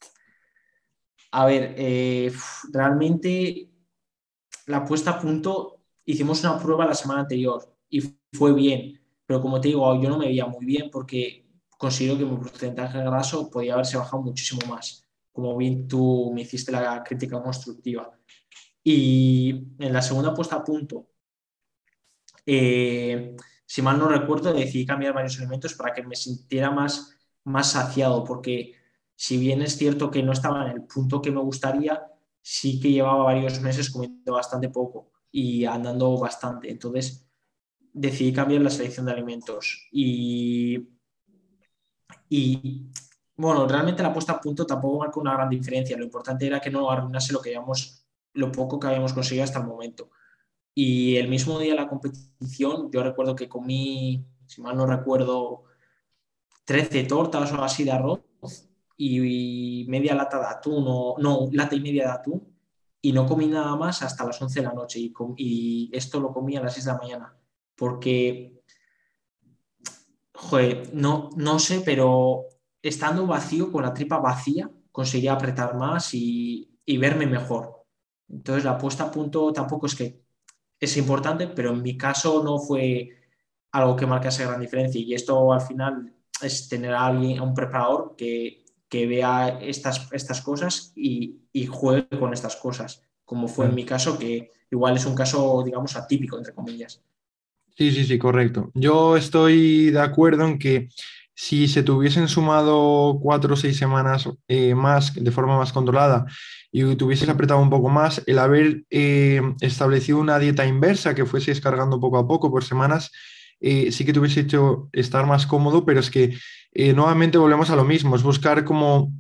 a ver, realmente la puesta a punto hicimos una prueba la semana anterior y fue bien, pero como te digo, yo no me veía muy bien porque considero que mi porcentaje de graso podía haberse bajado muchísimo más. como bien tú me hiciste la crítica constructiva. Y en la segunda puesta a punto, si mal no recuerdo, decidí cambiar varios alimentos para que me sintiera más saciado, porque si bien es cierto que no estaba en el punto que me gustaría, sí que llevaba varios meses comiendo bastante poco y andando bastante. Entonces decidí cambiar la selección de alimentos y bueno, realmente la puesta a punto tampoco marcó una gran diferencia. Lo importante era que no arruinase lo poco que habíamos conseguido hasta el momento. Y el mismo día de la competición, yo recuerdo que comí, si mal no recuerdo, 13 tortas o algo así de arroz y media lata de atún, o no, lata y media de atún, y no comí nada más hasta las 11 de la noche. Y esto lo comí a las 6 de la mañana, porque, joder, no sé, pero estando vacío, con la tripa vacía, conseguía apretar más y verme mejor. Entonces la puesta a punto tampoco es importante, pero en mi caso no fue algo que marcase gran diferencia. Y esto al final es tener a alguien, a un preparador que vea estas cosas y juegue con estas cosas, como fue en Claro. mi caso, que igual es un caso, digamos, atípico, entre comillas. Sí, sí, sí, correcto. Yo estoy de acuerdo en que si se te hubiesen sumado 4 o 6 semanas más de forma más controlada y te hubieses apretado un poco más, el haber establecido una dieta inversa que fueses cargando poco a poco por semanas, sí que te hubiese hecho estar más cómodo, pero es que nuevamente volvemos a lo mismo, es buscar como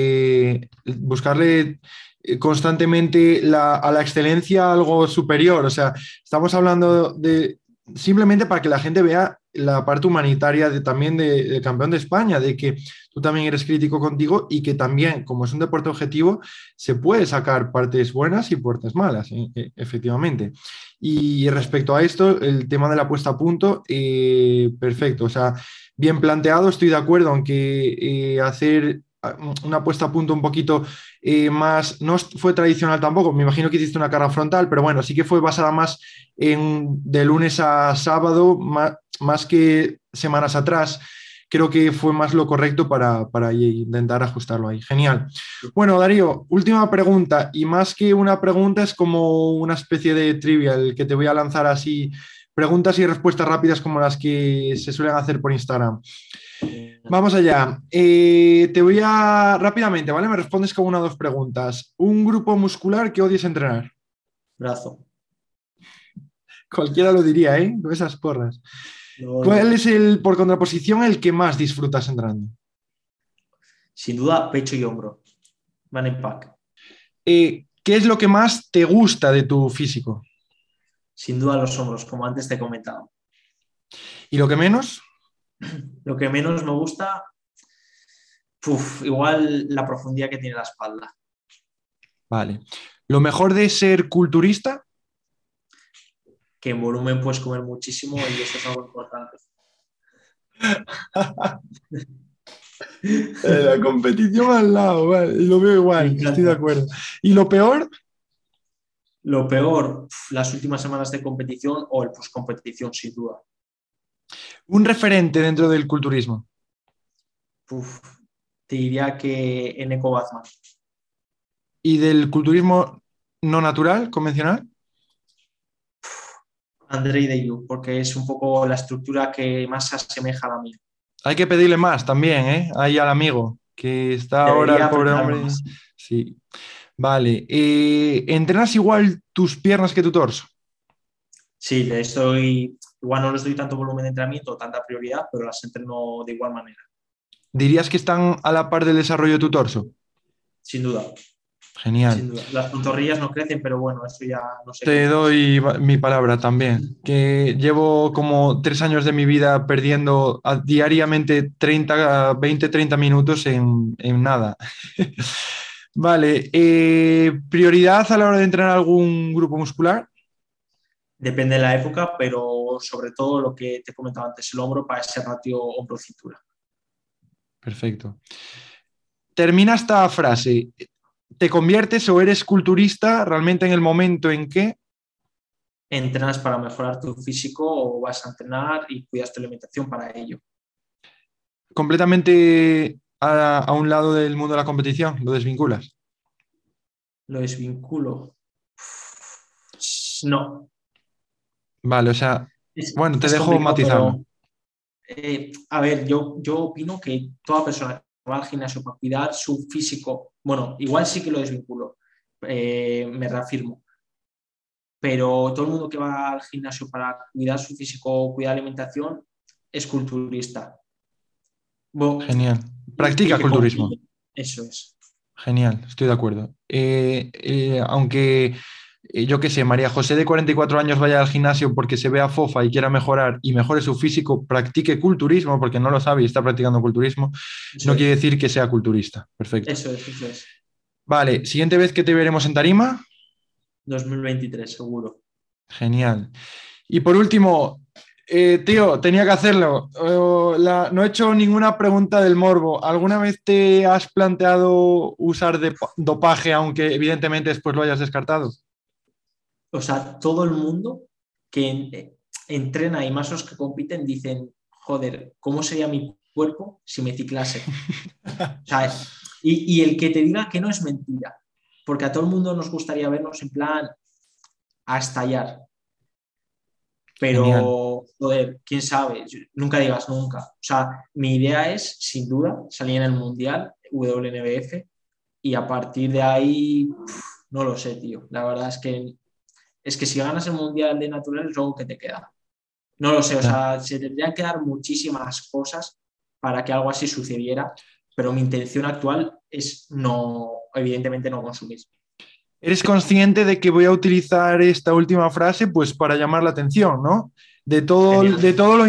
buscarle constantemente a la excelencia algo superior. O sea, estamos hablando de simplemente para que la gente vea la parte humanitaria también de campeón de España, de que tú también eres crítico contigo y que también, como es un deporte objetivo, se puede sacar partes buenas y partes malas, efectivamente. Y respecto a esto, el tema de la puesta a punto, perfecto, o sea, bien planteado, estoy de acuerdo en que hacer una puesta a punto un poquito más, no fue tradicional tampoco, me imagino que hiciste una carga frontal, pero bueno, sí que fue basada más de lunes a sábado, más que semanas atrás. Creo que fue más lo correcto para intentar ajustarlo ahí. Genial. Bueno, Darío, última pregunta, y más que una pregunta es como una especie de trivial que te voy a lanzar así, preguntas y respuestas rápidas como las que se suelen hacer por Instagram. Vamos allá. Te voy a rápidamente, ¿vale? Me respondes con una o dos preguntas. ¿Un grupo muscular que odies entrenar? Brazo. Cualquiera lo diría, ¿eh? Con esas porras. Lo ¿Cuál odio. es por contraposición, el que más disfrutas entrando? Sin duda, pecho y hombro. Van en pack. ¿Qué es lo que más te gusta de tu físico? Sin duda, los hombros, como antes te he comentado. ¿Y lo que menos? Lo que menos me gusta, igual la profundidad que tiene la espalda. Vale. ¿Lo mejor de ser culturista? Que en volumen puedes comer muchísimo y eso es algo importante. La competición al lado, vale, lo veo Me igual, estoy de encanta. acuerdo. ¿Y lo peor? Lo peor, las últimas semanas de competición o el post-competición, sin duda. Un referente dentro del culturismo. Uf, te diría que en Eco Batman. ¿Y del culturismo no natural, convencional? Andrei Deyu, porque es un poco la estructura que más se asemeja a la mía. Hay que pedirle más también, ¿eh? Ahí al amigo, que está ahora el Debería pobre apretar hombre. más. Sí. Vale. ¿Entrenas igual tus piernas que tu torso? Sí, igual no les doy tanto volumen de entrenamiento, tanta prioridad, pero las entreno de igual manera, ¿Dirías que están a la par del desarrollo de tu torso? sin duda, Genial. sin duda. Las pantorrillas no crecen, pero bueno, eso ya no sé Te cómo es. doy mi palabra también, que llevo como 3 años de mi vida perdiendo diariamente 30, 20, 30 minutos en nada. Vale, ¿prioridad a la hora de entrenar algún grupo muscular? Depende de la época, pero sobre todo lo que te comentaba antes, el hombro para ese ratio hombro-cintura. Perfecto. Termina esta frase. ¿Te conviertes o eres culturista realmente en el momento en que? ¿Entrenas para mejorar tu físico o vas a entrenar y cuidas tu alimentación para ello? Completamente a un lado del mundo de la competición? ¿Lo desvinculas? Lo desvinculo. No. Vale, o sea, bueno, te Es dejo complicado, matizarlo. pero a ver, yo opino que toda persona que va al gimnasio para cuidar su físico, bueno, igual sí que lo desvinculo, me reafirmo, pero todo el mundo que va al gimnasio para cuidar su físico, cuidar la alimentación, es culturista. Bueno, Genial. y Practica que culturismo. compite, eso es. Genial, estoy de acuerdo. Aunque yo qué sé, María José de 44 años vaya al gimnasio porque se vea fofa y quiera mejorar y mejore su físico, practique culturismo porque no lo sabe y está practicando culturismo, Eso no quiere es, decir que sea culturista. Perfecto. eso es, eso es. Vale, siguiente vez que te veremos en tarima. 2023, seguro. Genial. Y por último, tío, tenía que hacerlo. No he hecho ninguna pregunta del morbo. ¿Alguna vez te has planteado usar dopaje, aunque evidentemente después lo hayas descartado? O sea, todo el mundo que entrena y más los que compiten dicen, joder, ¿cómo sería mi cuerpo si me ciclase? O sea, y el que te diga que no es mentira, porque a todo el mundo nos gustaría vernos en plan a estallar, Genial. pero, joder, quién sabe, nunca digas nunca. O sea, mi idea es, sin duda, salir en el Mundial, WNBF, y a partir de ahí, no lo sé, tío. La verdad es que si ganas el Mundial de Natural, luego que te queda. No lo sé, o Ya. sea, se tendrían que dar muchísimas cosas para que algo así sucediera, pero mi intención actual es no, evidentemente no consumir. Eres consciente de que voy a utilizar esta última frase pues para llamar la atención, ¿no? Genial.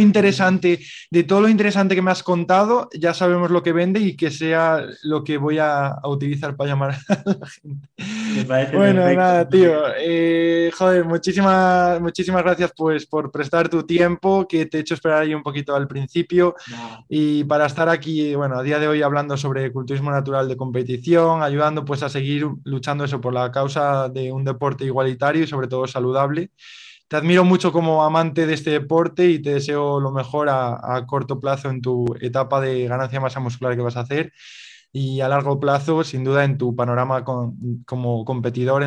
De todo lo interesante que me has contado, ya sabemos lo que vende y que sea lo que voy a utilizar para llamar a la gente. Me parece Bueno, perfecto. nada, tío. Joder, muchísimas gracias pues por prestar tu tiempo, que te he hecho esperar ahí un poquito al principio. Nada, Y para estar aquí, bueno, a día de hoy hablando sobre culturismo natural de competición, ayudando pues a seguir luchando eso por la causa de un deporte igualitario y sobre todo saludable. Te admiro mucho como amante de este deporte y te deseo lo mejor a corto plazo en tu etapa de ganancia de masa muscular que vas a hacer y a largo plazo, sin duda, en tu panorama como competidor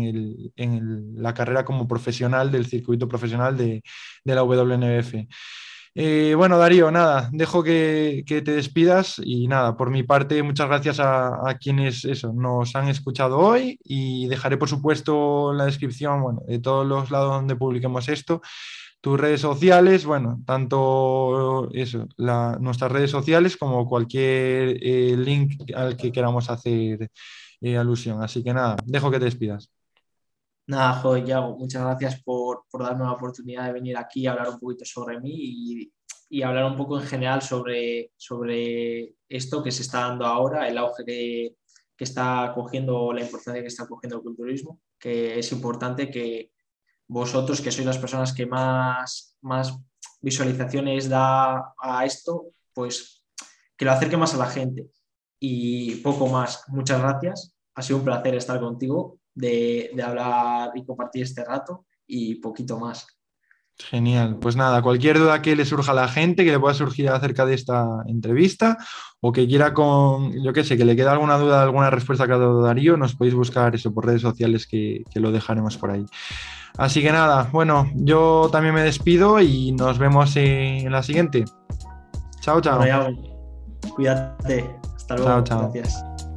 la carrera como profesional del circuito profesional de la WNBF. Bueno, Darío, nada, dejo que te despidas y nada, por mi parte, muchas gracias a quienes eso, nos han escuchado hoy y dejaré, por supuesto, en la descripción, bueno, de todos los lados donde publiquemos esto, tus redes sociales, bueno, tanto eso, nuestras redes sociales como cualquier link al que queramos hacer alusión. Así que nada, dejo que te despidas. nada, joder, Yago, muchas gracias por darme la oportunidad de venir aquí a hablar un poquito sobre mí y hablar un poco en general sobre esto que se está dando ahora, el auge que está cogiendo, la importancia que está cogiendo el culturismo, que es importante que vosotros, que sois las personas que más visualizaciones da a esto, pues que lo acerque más a la gente. Y poco más. Muchas gracias. Ha sido un placer estar contigo, de hablar y compartir este rato y poquito más. Genial. Pues nada, cualquier duda que le surja a la gente, que le pueda surgir acerca de esta entrevista o que quiera yo qué sé, que le quede alguna duda, alguna respuesta que ha dado Darío, nos podéis buscar eso por redes sociales que lo dejaremos por ahí. Así que nada, bueno, yo también me despido y nos vemos en la siguiente. Chao, Bueno, chao. ya, cuídate. Hasta Chao, luego. chao. Gracias.